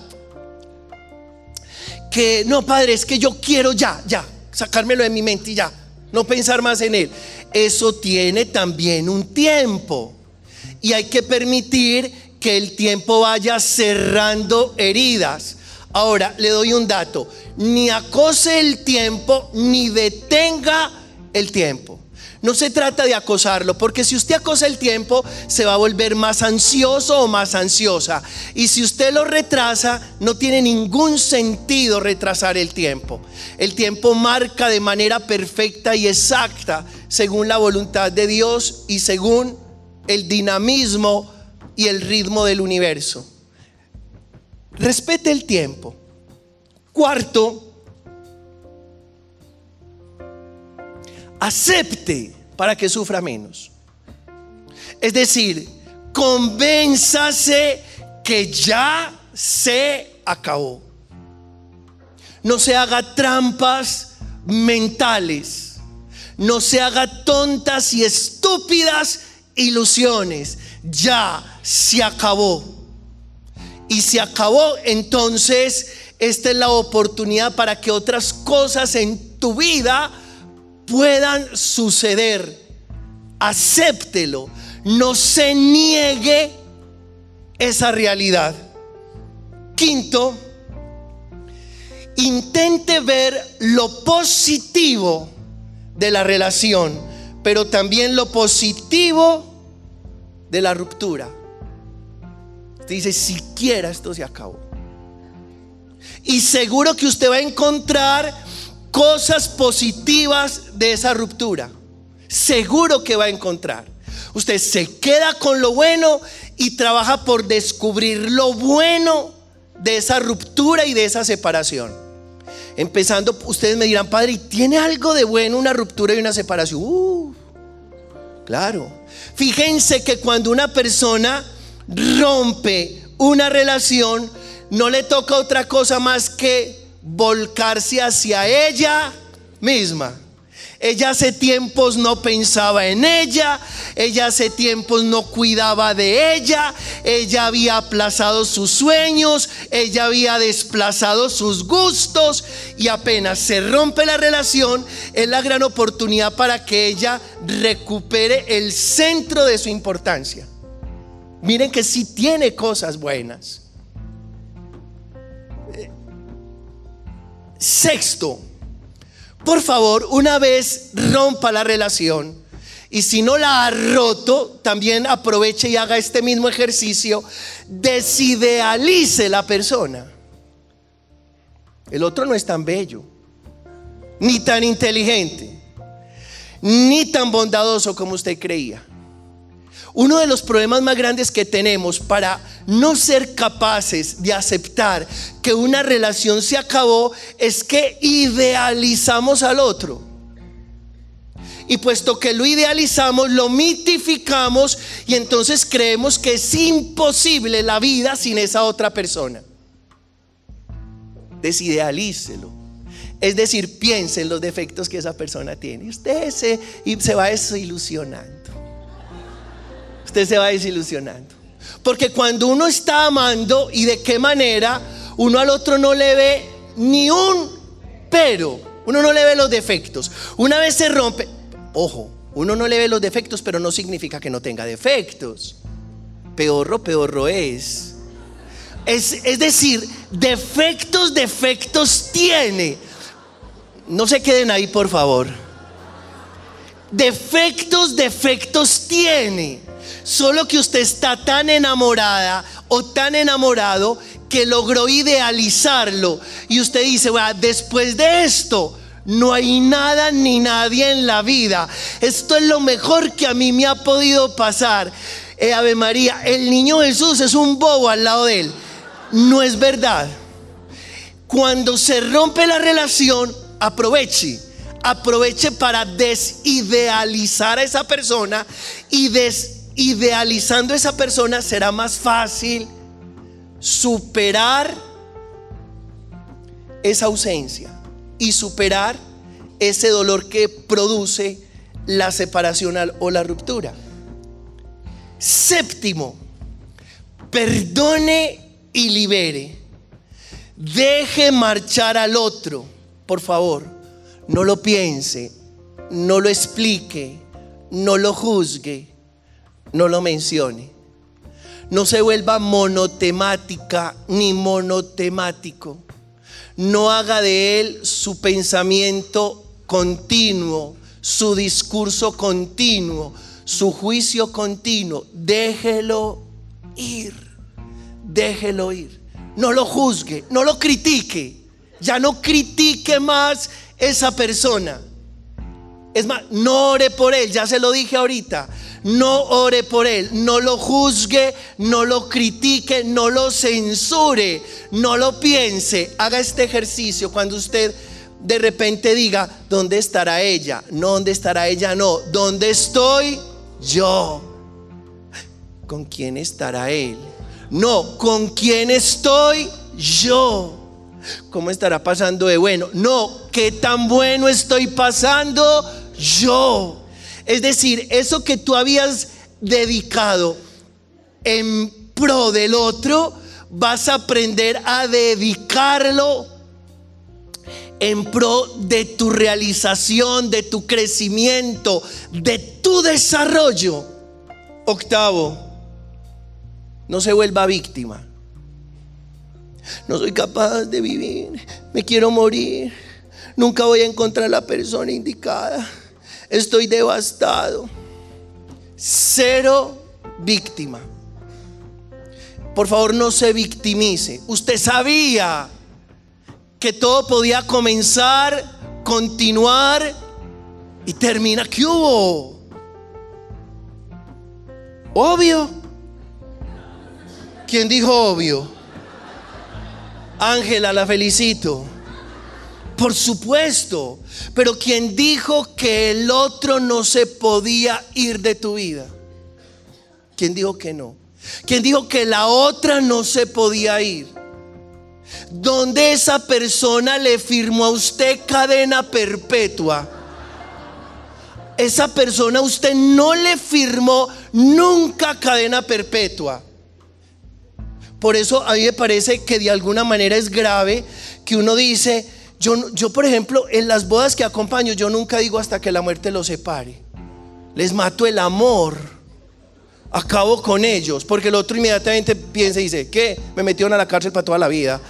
que no, Padre, es que yo quiero ya, sacármelo de mi mente y ya, no pensar más en él. Eso tiene también un tiempo. Y hay que permitir que el tiempo vaya cerrando heridas. Ahora le doy un dato: ni acose el tiempo ni detenga el tiempo. No se trata de acosarlo, porque si usted acosa el tiempo, se va a volver más ansioso o más ansiosa. Y si usted lo retrasa, no tiene ningún sentido retrasar el tiempo. El tiempo marca de manera perfecta y exacta, según la voluntad de Dios y según el dinamismo y el ritmo del universo. Respete el tiempo. Cuarto, acepte para que sufra menos. Es decir, convénzase que ya se acabó. No se haga trampas mentales. No se haga tontas y estúpidas ilusiones. Ya se acabó. Y se acabó, entonces esta es la oportunidad para que otras cosas en tu vida puedan suceder. Acéptelo. No se niegue esa realidad. Quinto, intente ver lo positivo de la relación, pero también lo positivo de la ruptura. Usted dice: siquiera esto se acabó. Y seguro que usted va a encontrar cosas positivas de esa ruptura. Seguro que va a encontrar. Usted se queda con lo bueno y trabaja por descubrir lo bueno de esa ruptura y de esa separación. Empezando, ustedes me dirán: padre, ¿y tiene algo de bueno una ruptura y una separación? Claro. Fíjense que cuando una persona rompe una relación, no le toca otra cosa más que volcarse hacia ella misma. Ella hace tiempos no pensaba en ella, ella hace tiempos no cuidaba de ella, ella había aplazado sus sueños, ella había desplazado sus gustos, y apenas se rompe la relación, es la gran oportunidad para que ella recupere el centro de su importancia. Miren que sí tiene cosas buenas. Sexto, por favor, una vez rompa la relación, y si no la ha roto, también aproveche y haga este mismo ejercicio. Desidealice la persona. El otro no es tan bello, ni tan inteligente, ni tan bondadoso como usted creía. Uno de los problemas más grandes que tenemos para no ser capaces de aceptar que una relación se acabó es que idealizamos al otro. Y puesto que lo idealizamos, lo mitificamos, y entonces creemos que es imposible la vida sin esa otra persona. Desidealícelo. Es decir, piense en los defectos que esa persona tiene. Y usted se va desilusionando. Usted se va desilusionando. Porque cuando uno está amando, y de qué manera, uno al otro no le ve ni un pero. Uno no le ve los defectos. Una vez se rompe, ojo, uno no le ve los defectos, pero no significa que no tenga defectos. Peorro es. Es decir, defectos tiene. No se queden ahí, por favor. Defectos tiene. Solo que usted está tan enamorada o tan enamorado que logró idealizarlo. Y usted dice: bueno, después de esto no hay nada ni nadie en la vida. Esto es lo mejor que a mí me ha podido pasar. Ave María, el niño Jesús es un bobo al lado de él. No es verdad. Cuando se rompe la relación, aproveche para desidealizar a esa persona, y idealizando a esa persona será más fácil superar esa ausencia y superar ese dolor que produce la separación o la ruptura. Séptimo, perdone y libere. Deje marchar al otro, por favor. No lo piense, no lo explique, no lo juzgue, no lo mencione. No se vuelva monotemática ni monotemático. No haga de él su pensamiento continuo, su discurso continuo, su juicio continuo. Déjelo ir, déjelo ir. No lo juzgue, no lo critique. Ya no critique más esa persona. Es más, no ore por él, ya se lo dije ahorita. No ore por él, no lo juzgue, no lo critique, no lo censure, no lo piense. Haga este ejercicio cuando usted de repente diga: ¿dónde estará ella? No, ¿dónde estará ella? No, ¿dónde estoy yo? ¿Con quién estará él? No, ¿con quién estoy yo? ¿Cómo estará pasando de bueno? No, ¿qué tan bueno estoy pasando yo? Es decir, eso que tú habías dedicado en pro del otro, vas a aprender a dedicarlo en pro de tu realización, de tu crecimiento, de tu desarrollo. Octavo, no se vuelva víctima. No soy capaz de vivir, me quiero morir, nunca voy a encontrar la persona indicada, estoy devastado. Cero víctima. Por favor, no se victimice. Usted sabía que todo podía comenzar, continuar y termina. ¿Qué hubo? Obvio. ¿Quién dijo obvio? Ángela, la felicito. Por supuesto. Pero ¿quién dijo que el otro no se podía ir de tu vida? ¿Quién dijo que no? ¿Quién dijo que la otra no se podía ir? ¿Dónde esa persona le firmó a usted cadena perpetua? Esa persona a usted no le firmó nunca cadena perpetua. Por eso a mí me parece que de alguna manera es grave que uno dice: yo por ejemplo, en las bodas que acompaño, yo nunca digo hasta que la muerte los separe. Les mato el amor, acabo con ellos, porque el otro inmediatamente piensa y dice: ¿qué? Me metieron a la cárcel para toda la vida.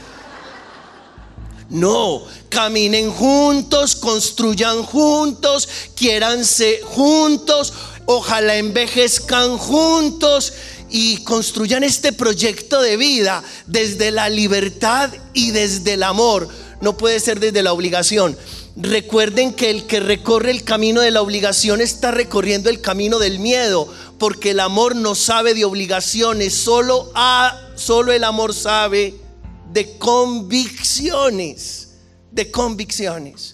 No, caminen juntos, construyan juntos, quiéranse juntos, ojalá envejezcan juntos y construyan este proyecto de vida desde la libertad y desde el amor. No puede ser desde la obligación. Recuerden que el que recorre el camino de la obligación está recorriendo el camino del miedo, porque el amor no sabe de obligaciones, solo el amor sabe de convicciones, de convicciones.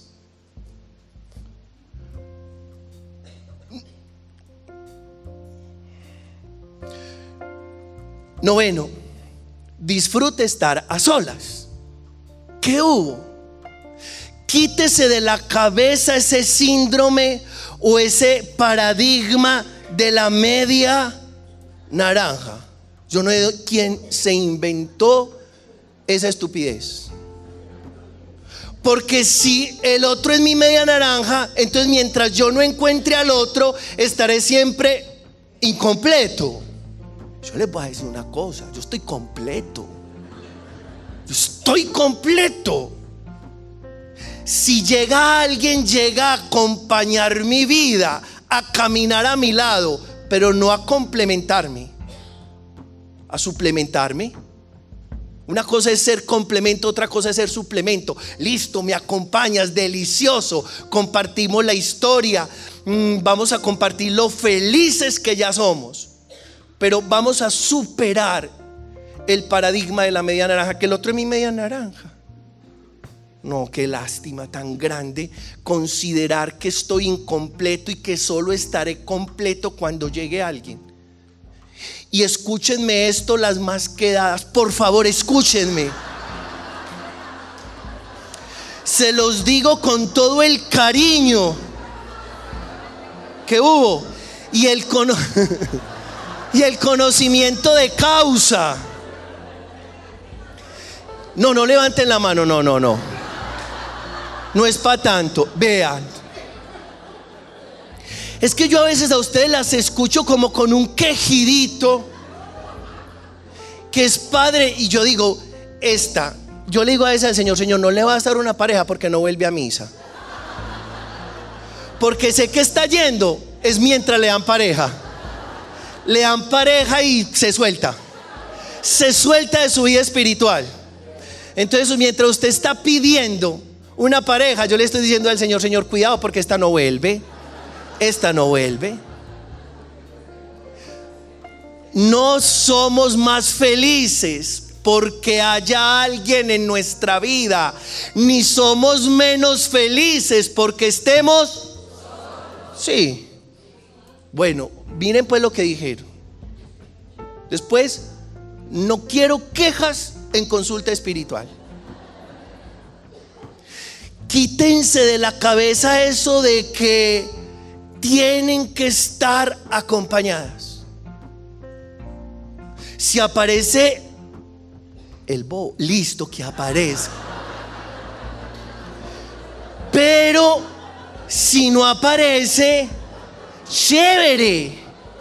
Noveno, disfrute estar a solas. ¿Qué hubo? Quítese de la cabeza ese síndrome o ese paradigma de la media naranja. Yo no sé quién se inventó esa estupidez. Porque si el otro es mi media naranja, entonces mientras yo no encuentre al otro, estaré siempre incompleto. Yo les voy a decir una cosa: yo estoy completo. Yo estoy completo. Si llega alguien, llega a acompañar mi vida, a caminar a mi lado, pero no a complementarme, a suplementarme. Una cosa es ser complemento, otra cosa es ser suplemento. Listo, me acompañas, delicioso. Compartimos la historia, vamos a compartir lo felices que ya somos. Pero vamos a superar el paradigma de la media naranja, que el otro es mi media naranja. No, qué lástima tan grande considerar que estoy incompleto y que solo estaré completo cuando llegue alguien. Y escúchenme esto, las más quedadas, por favor, escúchenme. Se los digo con todo el cariño que hubo y el conocimiento de causa. No levanten la mano, no es para tanto. Vean, es que yo a veces a ustedes las escucho como con un quejidito que es padre. Y yo digo, yo le digo a esa al Señor, Señor, no le vas a dar una pareja porque no vuelve a misa. Porque sé que está yendo es mientras le dan pareja. Le dan pareja y se suelta de su vida espiritual. Entonces, mientras usted está pidiendo una pareja, yo le estoy diciendo al Señor, Señor, cuidado porque esta no vuelve. No somos más felices porque haya alguien en nuestra vida, ni somos menos felices porque estemos. Sí. Bueno, miren pues lo que dijeron. Después, no quiero quejas en consulta espiritual. Quítense de la cabeza eso de que tienen que estar acompañadas. Si aparece el bobo, listo, que aparezca. Pero si no aparece, chévere.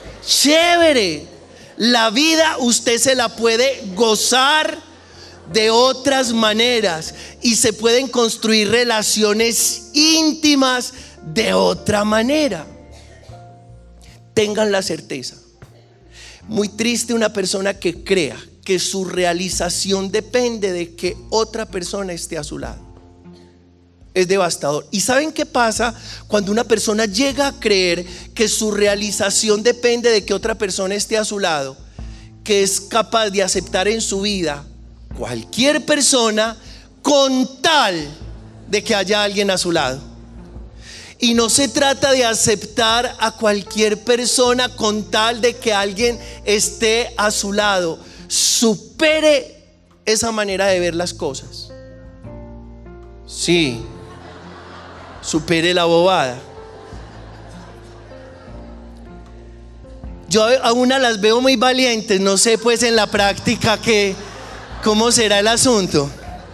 La vida usted se la puede gozar de otras maneras y se pueden construir relaciones íntimas de otra manera. Tengan la certeza. Muy triste una persona que crea que su realización depende de que otra persona esté a su lado. Es devastador. ¿Y saben qué pasa cuando una persona llega a creer que su realización depende de que otra persona esté a su lado? Que es capaz de aceptar en su vida cualquier persona con tal de que haya alguien a su lado. Y no se trata de aceptar a cualquier persona con tal de que alguien esté a su lado. Supere esa manera de ver las cosas. Sí. Supere la bobada. Yo a una las veo muy valientes. No sé pues en la práctica cómo será el asunto.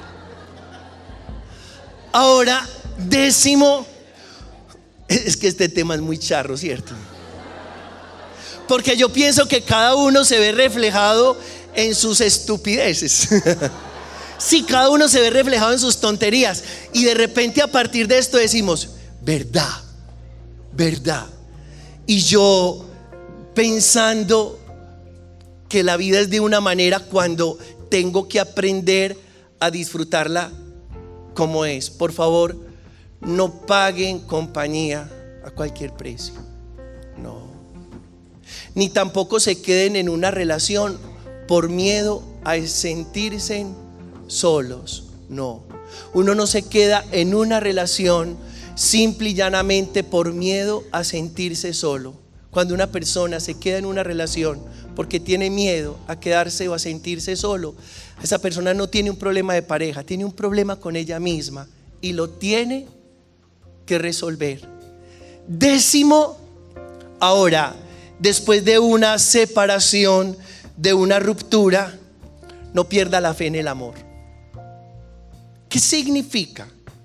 Ahora, 10º. Es que este tema es muy charro, ¿cierto? Porque yo pienso que cada uno se ve reflejado en sus estupideces. Sí, cada uno se ve reflejado en sus tonterías. Y de repente a partir de esto decimos, verdad. Y yo pensando que la vida es de una manera cuando tengo que aprender a disfrutarla como es. Por favor, no paguen compañía a cualquier precio. No. Ni tampoco se queden en una relación por miedo a sentirse solos. No. Uno no se queda en una relación simple y llanamente por miedo a sentirse solo. Cuando una persona se queda en una relación porque tiene miedo a quedarse o a sentirse solo, esa persona no tiene un problema de pareja, tiene un problema con ella misma y lo tiene que resolver. 10º, ahora, después de una separación, de una ruptura, no pierda la fe en el amor. ¿Qué significa?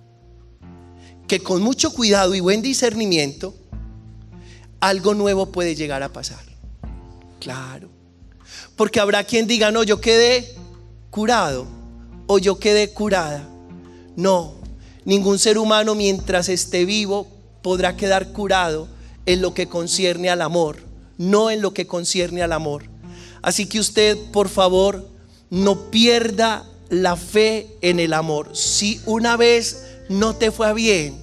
Que con mucho cuidado y buen discernimiento, algo nuevo puede llegar a pasar. Claro. Porque habrá quien diga, no, yo quedé curado o yo quedé curada. No, ningún ser humano mientras esté vivo podrá quedar curado en lo que concierne al amor, no en lo que concierne al amor. Así que usted, por favor, no pierda la fe en el amor. Si una vez no te fue bien,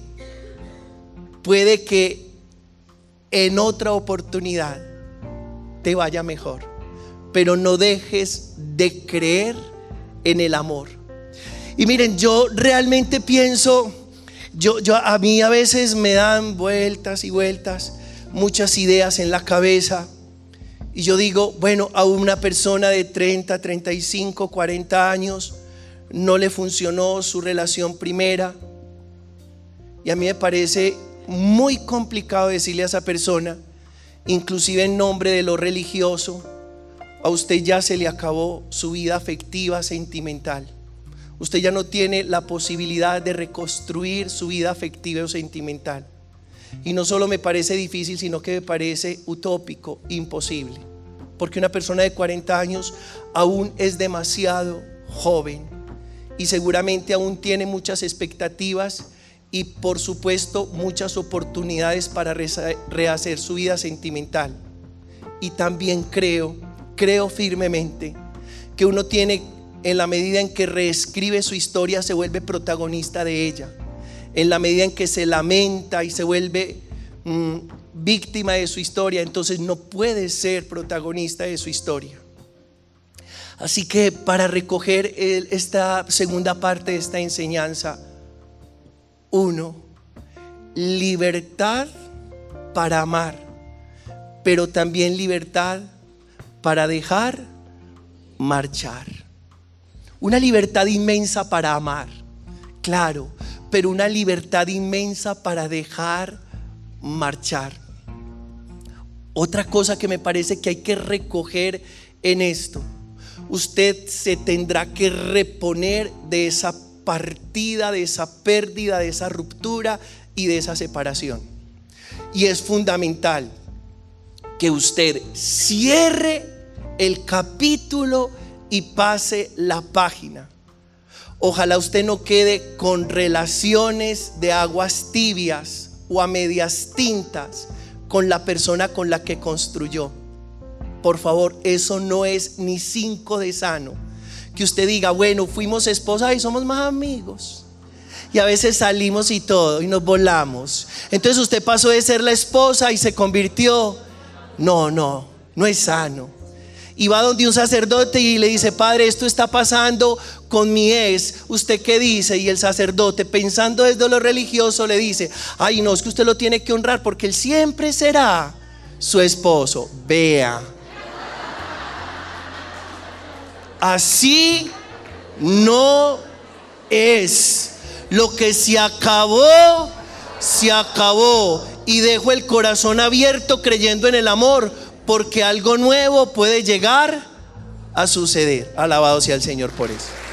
puede que en otra oportunidad te vaya mejor, pero no dejes de creer en el amor. Y miren, yo realmente pienso, a mí a veces me dan vueltas y vueltas, muchas ideas en la cabeza. Y yo digo, bueno, a una persona de 30, 35, 40 años no le funcionó su relación primera. Y a mí me parece muy complicado decirle a esa persona, inclusive en nombre de lo religioso, a usted ya se le acabó su vida afectiva, sentimental. Usted ya no tiene la posibilidad de reconstruir su vida afectiva o sentimental. Y no solo me parece difícil, sino que me parece utópico, imposible. porque una persona de 40 años aún es demasiado joven y seguramente aún tiene muchas expectativas y por supuesto muchas oportunidades para rehacer su vida sentimental. Y también creo firmemente que uno tiene, en la medida en que reescribe su historia, se vuelve protagonista de ella. En la medida en que se lamenta y se vuelve víctima de su historia, entonces no puede ser protagonista de su historia. Así que para recoger esta segunda parte de esta enseñanza, 1, libertad para amar, pero también libertad para dejar marchar. Una libertad inmensa para amar, claro, pero una libertad inmensa para dejar marchar. Otra cosa que me parece que hay que recoger en esto: usted se tendrá que reponer de esa partida, de esa pérdida, de esa ruptura y de esa separación. Y es fundamental que usted cierre el capítulo y pase la página. Ojalá usted no quede con relaciones de aguas tibias o a medias tintas con la persona con la que construyó. Por favor, eso no es ni 5 de sano. Que usted diga, bueno, fuimos esposas y somos más amigos, y a veces salimos y todo y nos volamos. Entonces usted pasó de ser la esposa y se convirtió. No es sano. Y va donde un sacerdote y le dice, padre, esto está pasando con mi ex, ¿usted qué dice? Y el sacerdote, pensando desde lo religioso, le dice, ay, no, es que usted lo tiene que honrar porque él siempre será su esposo. Vea, así no es. Lo que se acabó, se acabó. Y dejo el corazón abierto creyendo en el amor, porque algo nuevo puede llegar a suceder. Alabado sea el Señor por eso.